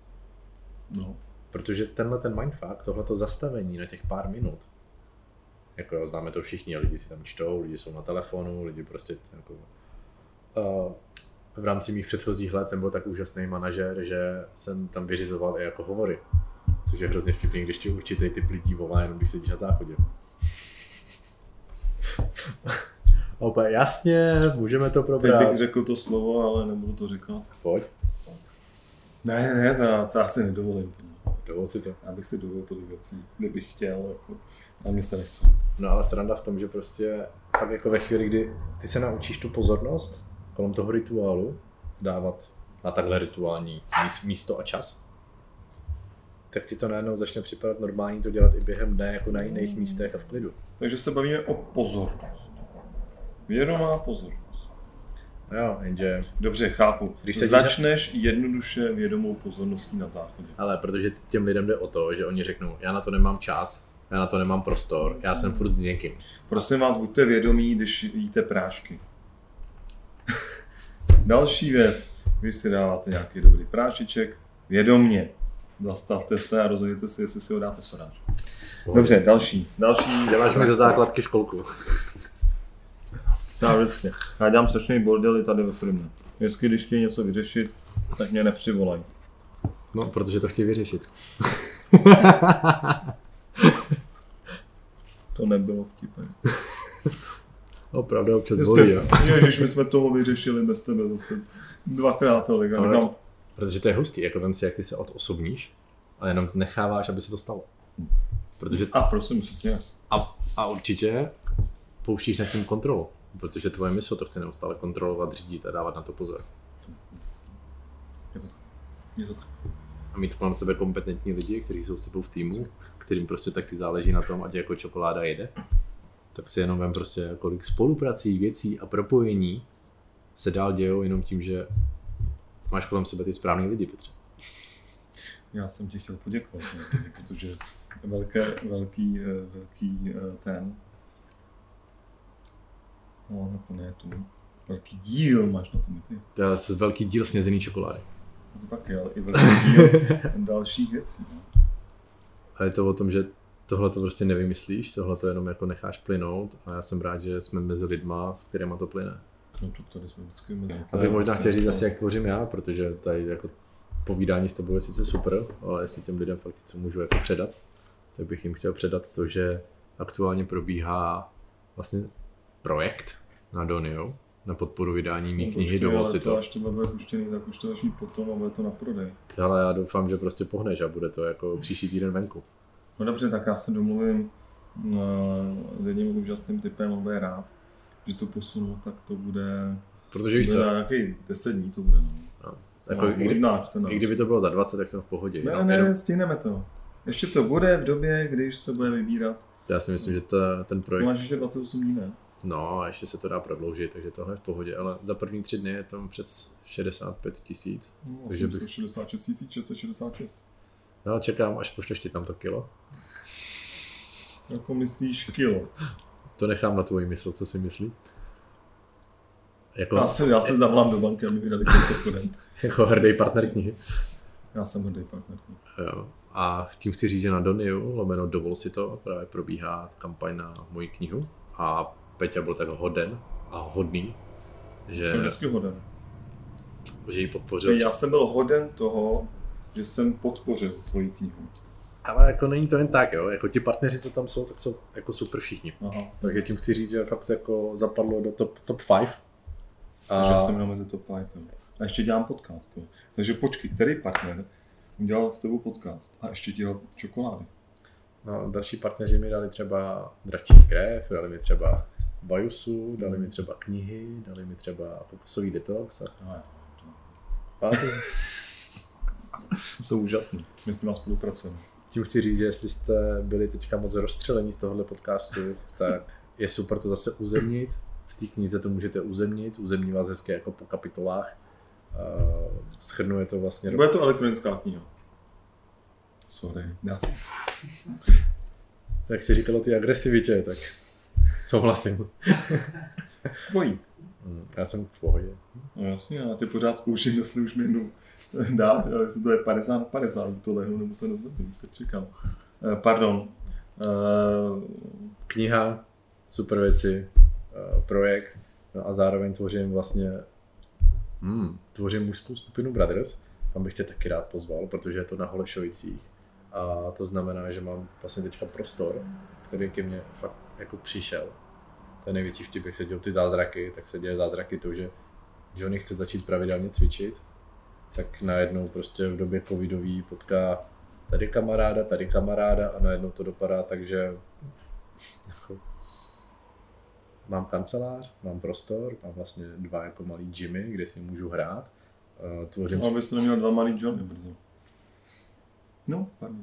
No.
Protože tenhle ten mindfuck, tohleto zastavení na těch pár minut Jako známe to všichni, lidi si tam čtou, lidi jsou na telefonu, lidi prostě jako... Uh, v rámci mých předchozích let jsem byl tak úžasný manažer, že jsem tam vyřizoval i jako hovory. Což je hrozně vtipný, když ti určitý typ lidí volá, jenom když sedíš na záchodě. Opět jasně, můžeme to probrat.
Teď bych řekl to slovo, ale nebudu to říkat.
Pojď.
Ne, ne, to já, to já si nedovolím.
Dovol si to.
Já bych si dovolil tolik věcí, kdybych chtěl, jako, a mě se nechce.
No ale sranda v tom, že prostě tak jako ve chvíli, kdy ty se naučíš tu pozornost kolem toho rituálu dávat na takhle rituální místo a čas, tak ti to najednou začne připadat normální to dělat i během dne, jako na jiných místech a v klidu.
Takže se bavíme o pozornost. Vědomá pozornost.
Jo, jenže...
Dobře, chápu. Když se začneš děla... jednoduše vědomou pozorností na záchodě.
Ale protože těm lidem jde o to, že oni řeknou, já na to nemám čas, já na to nemám prostor, já jsem furt s někým.
Prosím vás, buďte vědomí, když jíte prášky. Další věc, když si dáváte nějaký dobrý práčiček, vědomně zastavte se a rozhodněte si, jestli si ho dáte soráč. Dobře, další. další
Děláš mi ze základky školku.
Já vždycky. Já dělám strašný bordely tady ve firmě. Vždycky, když chtějí něco vyřešit, tak mě nepřivolají.
No, protože to chtějí vyřešit.
To nebylo vtipné.
Opravdu občas bolí, jo.
Ježiš, my jsme toho vyřešili bez tebe zase dvakrát tolik.
No, protože to je hustý, jako vem si, jak ty se odosobníš a jenom necháváš, aby se to stalo. Protože...
A prosím, přesně.
A, a určitě pouštíš nad tím kontrolu, protože tvoje mysl to chce neustále kontrolovat, řídit a dávat na to pozor.
Je to, je to tak.
A mít kolem sebe kompetentní lidi, kteří jsou s tebou v týmu, kterým prostě taky záleží na tom, ať jako čokoláda jede, tak si jenom vem prostě, kolik spoluprací, věcí a propojení se dál dějou jenom tím, že máš kolem sebe ty správný lidi, Petře.
Já jsem ti chtěl poděkovat, protože velké, velký, velký ten, no jako ne tu, velký díl máš na tom i ty.
To je velký díl snězený čokolády.
To taky, ale i velký díl dalších věcí. No.
A je to o tom, že tohle to prostě nevymyslíš, tohle to jenom jako necháš plynout a já jsem rád, že jsme mezi lidma, s kterýma to plyne.
No to tady jsme vždycky mezi.
Abych možná chtěl říct asi, jak tvořím já, protože tady jako povídání s tebou je sice super, ale jestli těm lidem fakt co můžu jako předat, tak bych jim chtěl předat to, že aktuálně probíhá vlastně projekt na Donio na podporu vydání mý
no,
knihy Dovol si to.
Až to bude puštěný, tak už to začne potom a bude to na prodej.
Ale já doufám, že prostě pohneš a bude to jako příští týden venku.
No dobře, tak já se domluvím uh, s jedním úžasným typem, on bude rád, že to posunu, tak to bude...
Protože víš co?
Nějaký deset dní to bude.
No. Jako,
no,
i, kdy,
čtrnáct.
I kdyby to bylo za dvacet, tak jsem v pohodě.
Ne,
no,
ne,
jenom...
stihneme to. Ještě to bude v době, když se bude vybírat.
Já si myslím, že to, ten projekt...
To máš ještě dvacet osm dní, ne?
No a ještě se to dá prodloužit, takže tohle je v pohodě, ale za první tři dny je tam přes šedesát pět tisíc.
No, takže bych... šedesát šest tisíc šest set šedesát šest.
No čekám, až pošleš ti tam to kilo.
Jako myslíš kilo?
To nechám na tvoji mysl, co si myslí. Jako...
Já se, já se zavolám do banky, aby mi dali konkurent.
Jako hrdý partner knihy.
Já jsem hrdý partner knihy.
Jo. A tím chci říct, že na Doniu, lomeno Dovol si to, právě probíhá kampaň na moji knihu. A Peťa byl tak hoden a hodný, že...
Jsem vždycky hoden.
Že ji podpořil.
Já jsem byl hoden toho, že jsem podpořil tvoji knihu.
Ale jako není to jen tak, jo, jako ti partneři, co tam jsou, tak jsou jako super všichni.
Aha.
Takže tím chci říct, že fakt se jako zapadlo do top, top pět.
A... Takže já jsem jenom mezi top pět. A ještě dělám podcast. Jo. Takže počkej, který partner udělal s tebou podcast a ještě dělal čokolády?
No, další partneři mi dali třeba Dračí krev, dali mi třeba Bajusu, dali mi třeba knihy, dali mi třeba kokosový detox. A...
No,
a to...
jsou úžasný. My s tím spolupracujeme.
Tím chci říct, že jestli jste byli teďka moc rozstřelení z tohohle podcastu, tak je super to zase uzemnit. V té knize to můžete uzemnit, uzemní vás hezky jako po kapitolách. Uh, Shrnuje to vlastně...
Bude to elektronická kniha. Sorry. No.
Tak si říkalo ty agresivitě, tak souhlasím.
Tvojí.
Já jsem v pohodě.
No jasně, a ty pořád zkouším, jestli už mi jednou dát, jestli to je padesát na padesát, to lehnu, nebo se nezvednu, už tak čekám. Pardon, Uh,
Kniha, super věci, uh, projekt, no a zároveň tvořím vlastně, hmm, tvořím mužskou skupinu Brothers, tam bych tě taky rád pozval, protože je to na Holešovicích. A to znamená, že mám vlastně teďka prostor, který ke mně fakt jako přišel. To je největší vtip, jak se dějou ty zázraky, tak se děje zázraky to, že Johnny chce začít pravidelně cvičit, tak najednou prostě v době covidový potká tady kamaráda, tady kamaráda a najednou to dopadá tak, že jako, mám kancelář, mám prostor, mám vlastně dva jako malý gymy, kde si můžu hrát. Tvořím...
No, abys neměl dva malý Johnny brzo. No, pardon.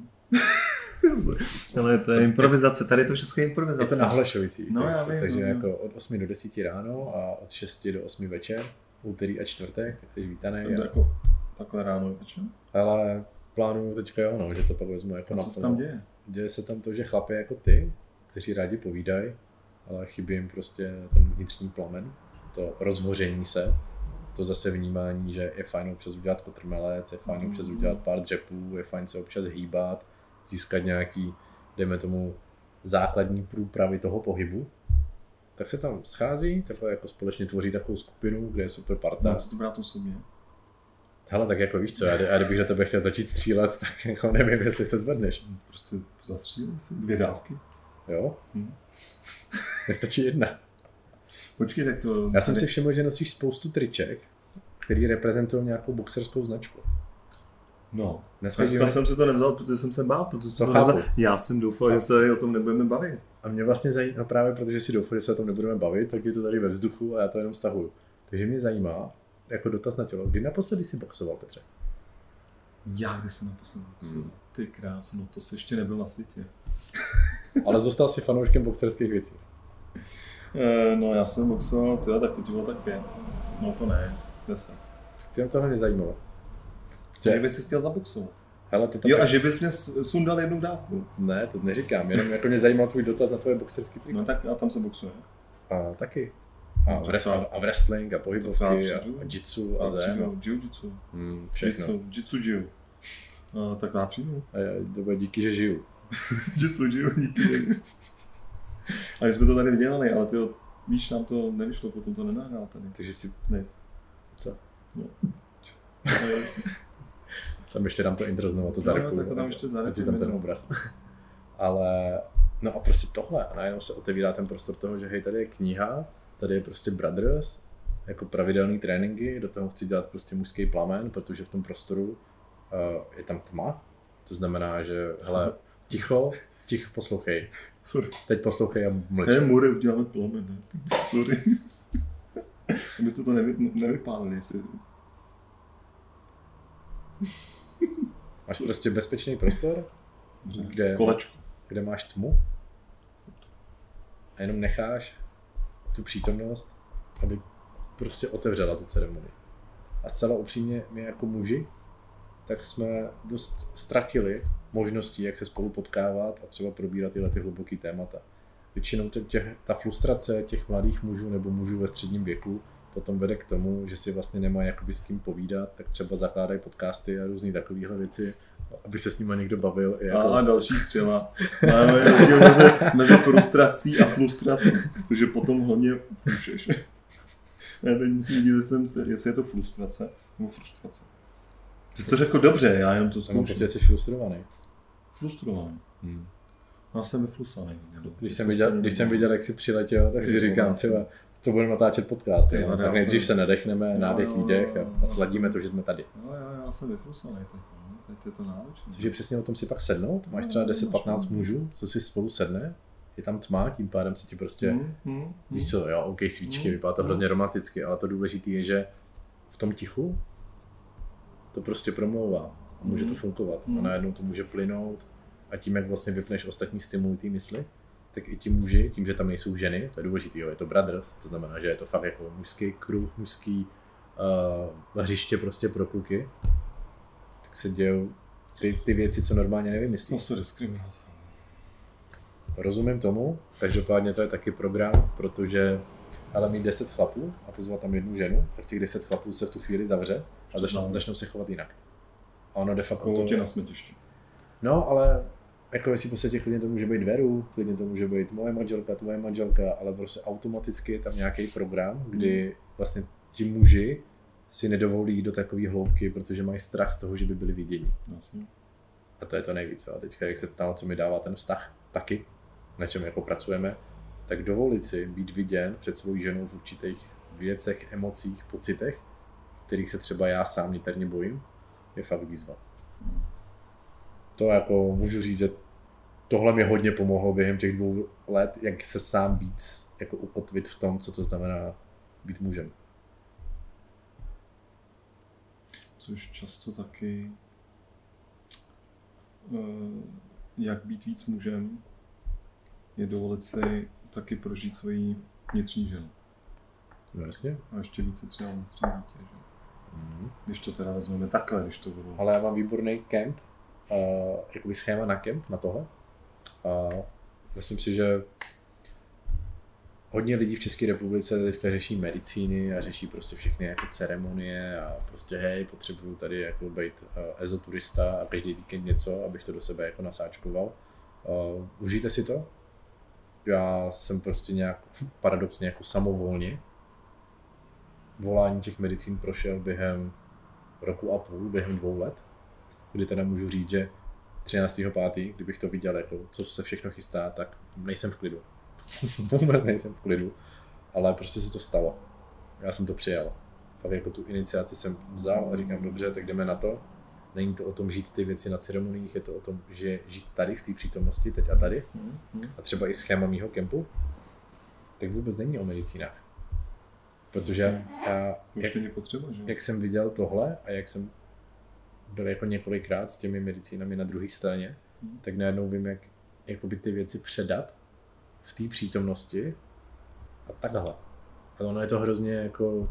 Ale to je improvizace, tady je to všechno improvizace.
Je to na Holešovicích,
no,
tak,
já vím,
takže
no,
jako od osmi do deseti ráno a od šesti do osmi večer, úterý a čtvrtek, tak jsi vítaný.
To a... jako takhle ráno večer?
Ale plánuju teďka jo, no, že to pak vezmu jako
a
na
co se tam děje?
Děje se tam to, že chlapi jako ty, kteří rádi povídají, ale chybí jim prostě ten vnitřní plamen, to rozhoření se, to zase vnímání, že je fajn občas udělat kotrmelec, je fajn občas udělat pár dřepů, je fajn se občas hýbat, získat nějaký, dejme tomu, základní průpravy toho pohybu. Tak se tam schází, takhle jako společně tvoří takovou skupinu, kde je super parta.
No, co to brát osobně?
Hele, tak jako víš co, já, já kdybych za tebe chtěl začít střílet, tak jako nevím, jestli se zvedneš.
Prostě zastřílej si dvě dávky.
Jo?
Hm.
Nestačí jedna.
Počkej, tak to...
Já jsem si všiml, že nosíš spoustu triček, který reprezentují nějakou boxerskou značku.
No,
dneska,
dneska jsem se to nevzal, protože jsem se bál, protože jsem to nevzal. Já jsem doufal, že se o tom nebudeme bavit.
A mě vlastně zajímá, no právě protože si doufal, že se o tom nebudeme bavit, tak je to tady ve vzduchu a já to jenom stahuju. Takže mě zajímá, jako dotaz na tělo, kdy naposledy jsi boxoval, Petře?
Já kdy jsem naposledy boxoval? Hmm. Ty krásno, no to jsi ještě nebyl na světě.
Ale zůstal jsi fanouškem boxerských věcí.
E, no já jsem boxoval, tyhle, tak to ti bylo tak pět. No to ne, deset.
Tě tohle mě zajímalo.
Že bys si chtěl zaboxovat.
Hele, to
jo, a že bys mě sundal jednou dávku.
Ne, to neříkám, jenom jako mě zajímal tvůj dotaz na tvoje boxerský triko.
No tak a tam se boxuje.
A taky. A, no, wrest, a wrestling a pohybovky a, a jitsu a zem.
Jiu-jitsu.
Hmm, všechno.
Jitsu, jiu. A tak já přijdu.
A já, to bude díky, že žiju.
Jitsu, jiu, díky, že žiju. A my jsme to tady vydělali, ale ty víš, nám to nevyšlo, potom to nenahrál tady.
Takže si...
Ne.
Co?
No.
Tam ještě dám to intro znovu, to zarepuju.
No, tak to tam ještě zarepuju.
tam ten obraz. Ale, no a prostě tohle, a najednou se otevírá ten prostor toho, že hej, tady je kniha, tady je prostě Brothers, jako pravidelný tréninky, do toho chci dělat prostě mužský plamen, protože v tom prostoru uh, je tam tma, to znamená, že hele, ticho, ticho, poslouchej.
Sorry.
Teď poslouchej a mlč.
Ne, More, uděláme plamen, ne? Sorry. Abyste to nevy, nevypálili, jestli...
Máš prostě bezpečný prostor, kde,
kolečko,
kde máš tmu a jenom necháš tu přítomnost, aby prostě otevřela tu ceremonii. A zcela upřímně my jako muži, tak jsme dost ztratili možností, jak se spolu potkávat a třeba probírat tyhle ty hluboký témata. Většinou těch, ta frustrace těch mladých mužů nebo mužů ve středním věku potom vede k tomu, že si vlastně nemají jakoby s kým povídat, tak třeba zakládají podcasty a různý takovéhle věci, aby se s nima někdo bavil.
Jako... A další střela. Máme rozdíl mezi, mezi frustrací a frustrací, protože potom hodně fušeš. Já teď musím říct, jestli, jsem, jestli je to frustrace nebo frustrace. Ty jsi to řekl dobře, já jenom to zkouším.
Mám pocit, že jsi frustrovaný.
Frustrovaný. Hmm. Já jsem vyflusaný.
Když jsem, viděl, když jsem viděl, jak jsi přiletěl, tak si říkám, třeba to budeme natáčet podcast, jo, jo, tak nejdřív jsem... se nadechneme, jo, nádech, jo, výdech a, a sladíme to, že jsme tady.
Jo, jo, já jsem vyflusaný, teď, teď je to náročné.
Což je přesně o tom si pak sednout, máš třeba deset patnáct mužů, co si spolu sedne, je tam tma, tím pádem se ti prostě, hmm, hmm, víš co, jo, OK, svíčky, hmm, vypadá to hrozně romanticky, ale to důležité je, že v tom tichu to prostě promlouvá a může to fungovat hmm. a najednou to může plynout a tím, jak vlastně vypneš ostatní stimuly té mysli, tak i ti muži, tím, že tam nejsou ženy, to je důležité, jo, je to brothers, to znamená, že je to fakt jako mužský kruh, mužský uh, hřiště prostě pro kluky, tak se dějou ty, ty věci, co normálně nevymyslíš.
No se diskriminace.
Rozumím tomu, každopádně to je taky program, protože ale mít deset chlapů a pozvat tam jednu ženu, tak těch deset chlapů se v tu chvíli zavře a začnou, začnou se chovat jinak. A ono de facto...
Koutě na smetišti.
No, ale jako ve svým podstatě klidně to může být Veru, klidně to může být moje manželka, tvoje manželka, ale prostě automaticky je tam nějaký program, kdy vlastně ti muži si nedovolí jít do takové hloubky, protože mají strach z toho, že by byli viděni.
Jasně.
A to je to nejvíc. A teďka, jak se ptal, co mi dává ten vztah taky, na čem jako pracujeme, tak dovolit si být viděn před svou ženou v určitých věcech, emocích, pocitech, kterých se třeba já sám niterně bojím, je fakt výzva. To jako můžu říct, že tohle mi hodně pomohlo během těch dvou let, jak se sám víc jako ukotvit v tom, co to znamená být mužem.
Což často taky, jak být víc mužem, je dovolit si taky prožít svoji vnitřní ženu.
No jasně.
A ještě více třeba vnitřní dítě, že? Mm. Když to teda vezmeme takhle, když to budu.
Ale já mám výborný kemp, uh, jakoby schéma na kemp, na tohle. Uh, myslím si, že hodně lidí v České republice teďka řeší medicíny a řeší prostě všechny jako ceremonie a prostě hej, potřebuju tady jako být uh, ezoturista a každý víkend něco, abych to do sebe jako nasáčkoval. Uh, užijte si to. Já jsem prostě nějak paradoxně jako samovolně volání těch medicín prošel během roku a půl, během dvou let, kdy teda můžu říct, že třináctého pátého kdybych to viděl, jako, co se všechno chystá, tak nejsem v klidu. Vůbec nejsem v klidu, ale prostě se to stalo. Já jsem to přijal. Pak jako tu iniciaci jsem vzal a říkám, dobře, tak jdeme na to. Není to o tom žít ty věci na ceremoniích, je to o tom, že žít tady v té přítomnosti, teď a tady. A třeba i schéma mýho kempu, tak vůbec není o medicínách. Protože já, jak,
potřeba, že?
jak jsem viděl tohle a jak jsem byl jako několikrát s těmi medicínami na druhé straně, hmm. tak najednou vím, jak jakoby ty věci předat v té přítomnosti a takhle. A ono je to hrozně jako...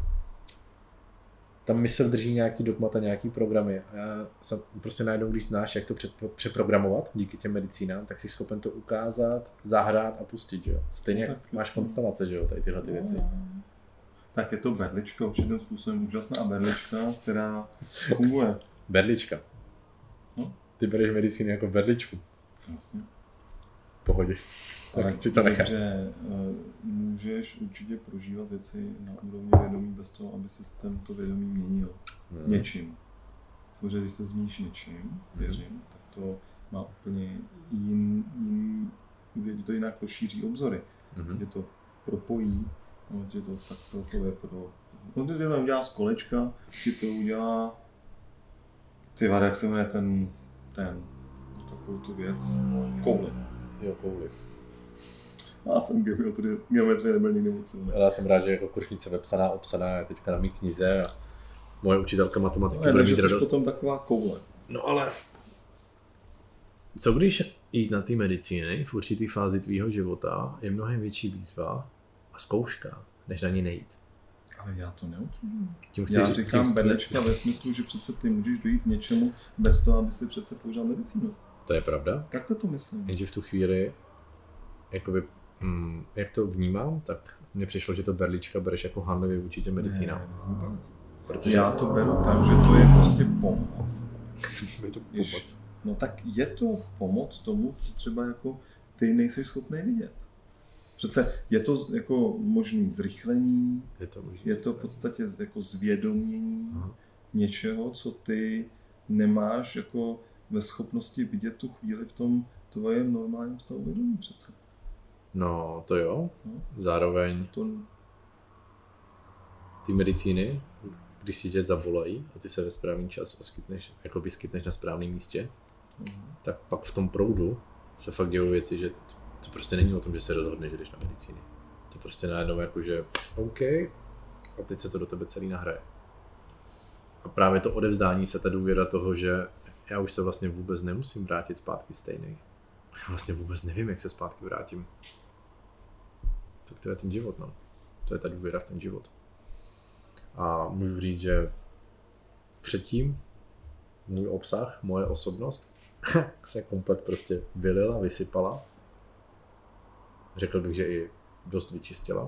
Tam mysl drží nějaký dogmata, nějaký programy a já jsem prostě najednou, když znáš, jak to přeprogramovat díky těm medicínám, tak jsi schopen to ukázat, zahrát a pustit, jo. Stejně jak máš konstelace, že jo, tady tyhle ty věci.
Tak je to berlička, určitým způsobem úžasná berlička, která funguje.
Berlička.
No?
Ty bereš medicíny jako berličku.
Vlastně.
Pohodě.
Ale
tak to nechá.
Takže můžeš určitě prožívat věci na úrovni vědomí bez toho, aby se tento vědomí měnil hmm. něčím. Samozřejmě, když se zmíníš něčím, věřím, hmm. tak to má úplně jin, jiný, to jinak rozšíří obzory. Hmm. Je to propojí, no, je to tak celkově pro... No ty tam udělá z kolečka, ti to udělá... Ty vada, jak se jmenuje ten... ten... takovou tu věc... kouli.
Jo, kouli.
Já jsem geometrie, geometrie nebyl nikdy moc silný.
Ale já jsem rád, že jako kursnice vepsaná, obsaná je teďka na mý knize a moje učitelka matematiky
no,
bude mít radost.
Potom taková koule.
No ale... Co když jít na ty medicíny v určitý fázi tvýho života je mnohem větší výzva a zkouška, než na ní nejít?
Ale já to neodsuzuji.
Já
říkám tím berlička ve smyslu, že přece ty můžeš dojít k něčemu bez toho, aby si přece použil medicínu.
To je pravda.
Takhle to myslím.
Jenže v tu chvíli, jakoby, hm, jak to vnímám, tak mně přišlo, že to berlička bereš jako hanlivě vůči těm medicínám.
Ne, vůbec.
Protože...
Já to beru tak, že to je prostě pomoc.
je to pomoc.
No tak je to pomoc tomu, co třeba jako ty nejsi schopný vidět. Přece je to jako možný zrychlení,
je to, možný
je to v podstatě jako zvědomění Aha. něčeho, co ty nemáš jako ve schopnosti vidět tu chvíli v tom tvojem normálním stavu vědomí přece.
No to jo, no. Zároveň
to...
ty medicíny, když si tě zavolají a ty se ve správný čas oskytneš, jako vyskytneš na správném místě, uh-huh. tak pak v tom proudu se fakt dějou věci, že to prostě není o tom, že se rozhodneš, že jdeš na medicíny. To prostě najednou jako, že OK, a teď se to do tebe celý nahraje. A právě to odevzdání se, ta důvěra toho, že já už se vlastně vůbec nemusím vrátit zpátky stejný. Já vlastně vůbec nevím, jak se zpátky vrátím. Tak to je ten život, no. To je ta důvěra v ten život. A můžu říct, že předtím můj obsah, moje osobnost se komplet prostě vylila, vysypala. Řekl bych, že i dost vyčistila.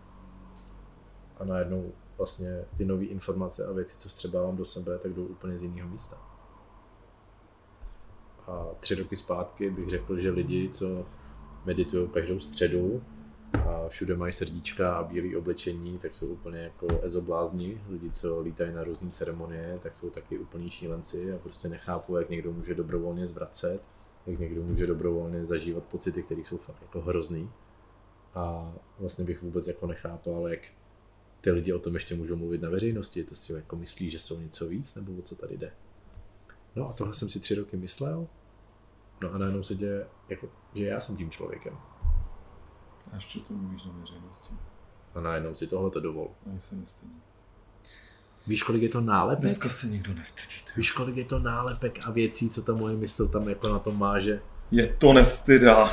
A najednou vlastně ty nové informace a věci, co vstřebávám do sebe, tak jdou úplně z jiného místa. A tři roky zpátky bych řekl, že lidi, co meditují každou středu a všude mají srdíčka a bílé oblečení, tak jsou úplně jako ezoblázni. Lidi, co lítají na různé ceremonie, tak jsou taky úplní šílenci a prostě nechápu, jak někdo může dobrovolně zvracet, jak někdo může dobrovolně zažívat pocity, které jsou fakt jako hrozný. A vlastně bych vůbec jako nechápal, jak ty lidi o tom ještě můžou mluvit na veřejnosti. To si jako myslí, že jsou něco víc, nebo o co tady jde. No a tohle jsem si tři roky myslel. No a najednou se děje, jako, že já jsem tím člověkem.
A ještě to mluvíš na veřejnosti.
A najednou si tohle to dovol.
Ani se nestydí.
Víš, kolik je to nálepek?
Dneska se nikdo nestydí.
Víš, kolik je to nálepek a věcí, co ta moje mysl tam jako na tom má, že...
Je to nestyda.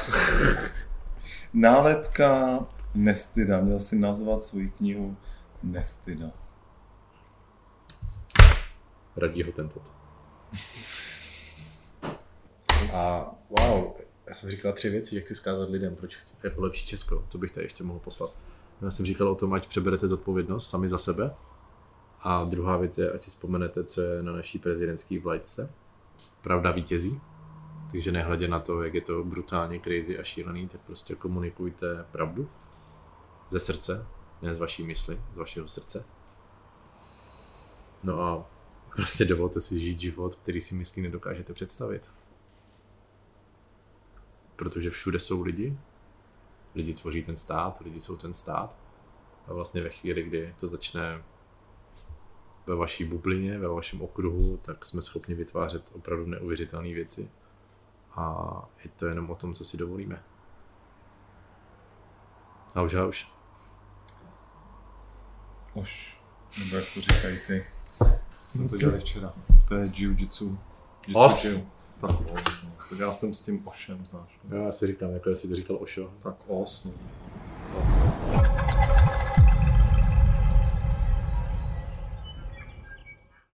Nálepka nestyda. Měl si nazvat svou knihu Nestyda.
Radí ho tento. A wow, já jsem říkal tři věci, že chci zkázat lidem, proč chci jako lepší Česko. To bych tady ještě mohl poslat. Já jsem říkal o tom, ať přeberete zodpovědnost sami za sebe. A druhá věc je, ať si vzpomenete, co je na naší prezidentské vlajce. Pravda vítězí. Takže nehledě na to, jak je to brutálně crazy a šílený, tak prostě komunikujte pravdu ze srdce, ne z vaší mysli, z vašeho srdce. No a prostě dovolte si žít život, který si myslí nedokážete představit. Protože všude jsou lidi, lidi tvoří ten stát, lidi jsou ten stát a vlastně ve chvíli, kdy to začne ve vaší bublině, ve vašem okruhu, tak jsme schopni vytvářet opravdu neuvěřitelné věci. A je to jenom o tom, co si dovolíme. Hauž, hauž.
Oš, nebo jak to říkají ty. No to dělali včera. To je jiu-jitsu.
Os!
Jiu. Tak os, no. Tak já jsem s tím ošem, znáš.
Já si říkám, jako jestli to říkal Ošo.
Tak os, no.
Os.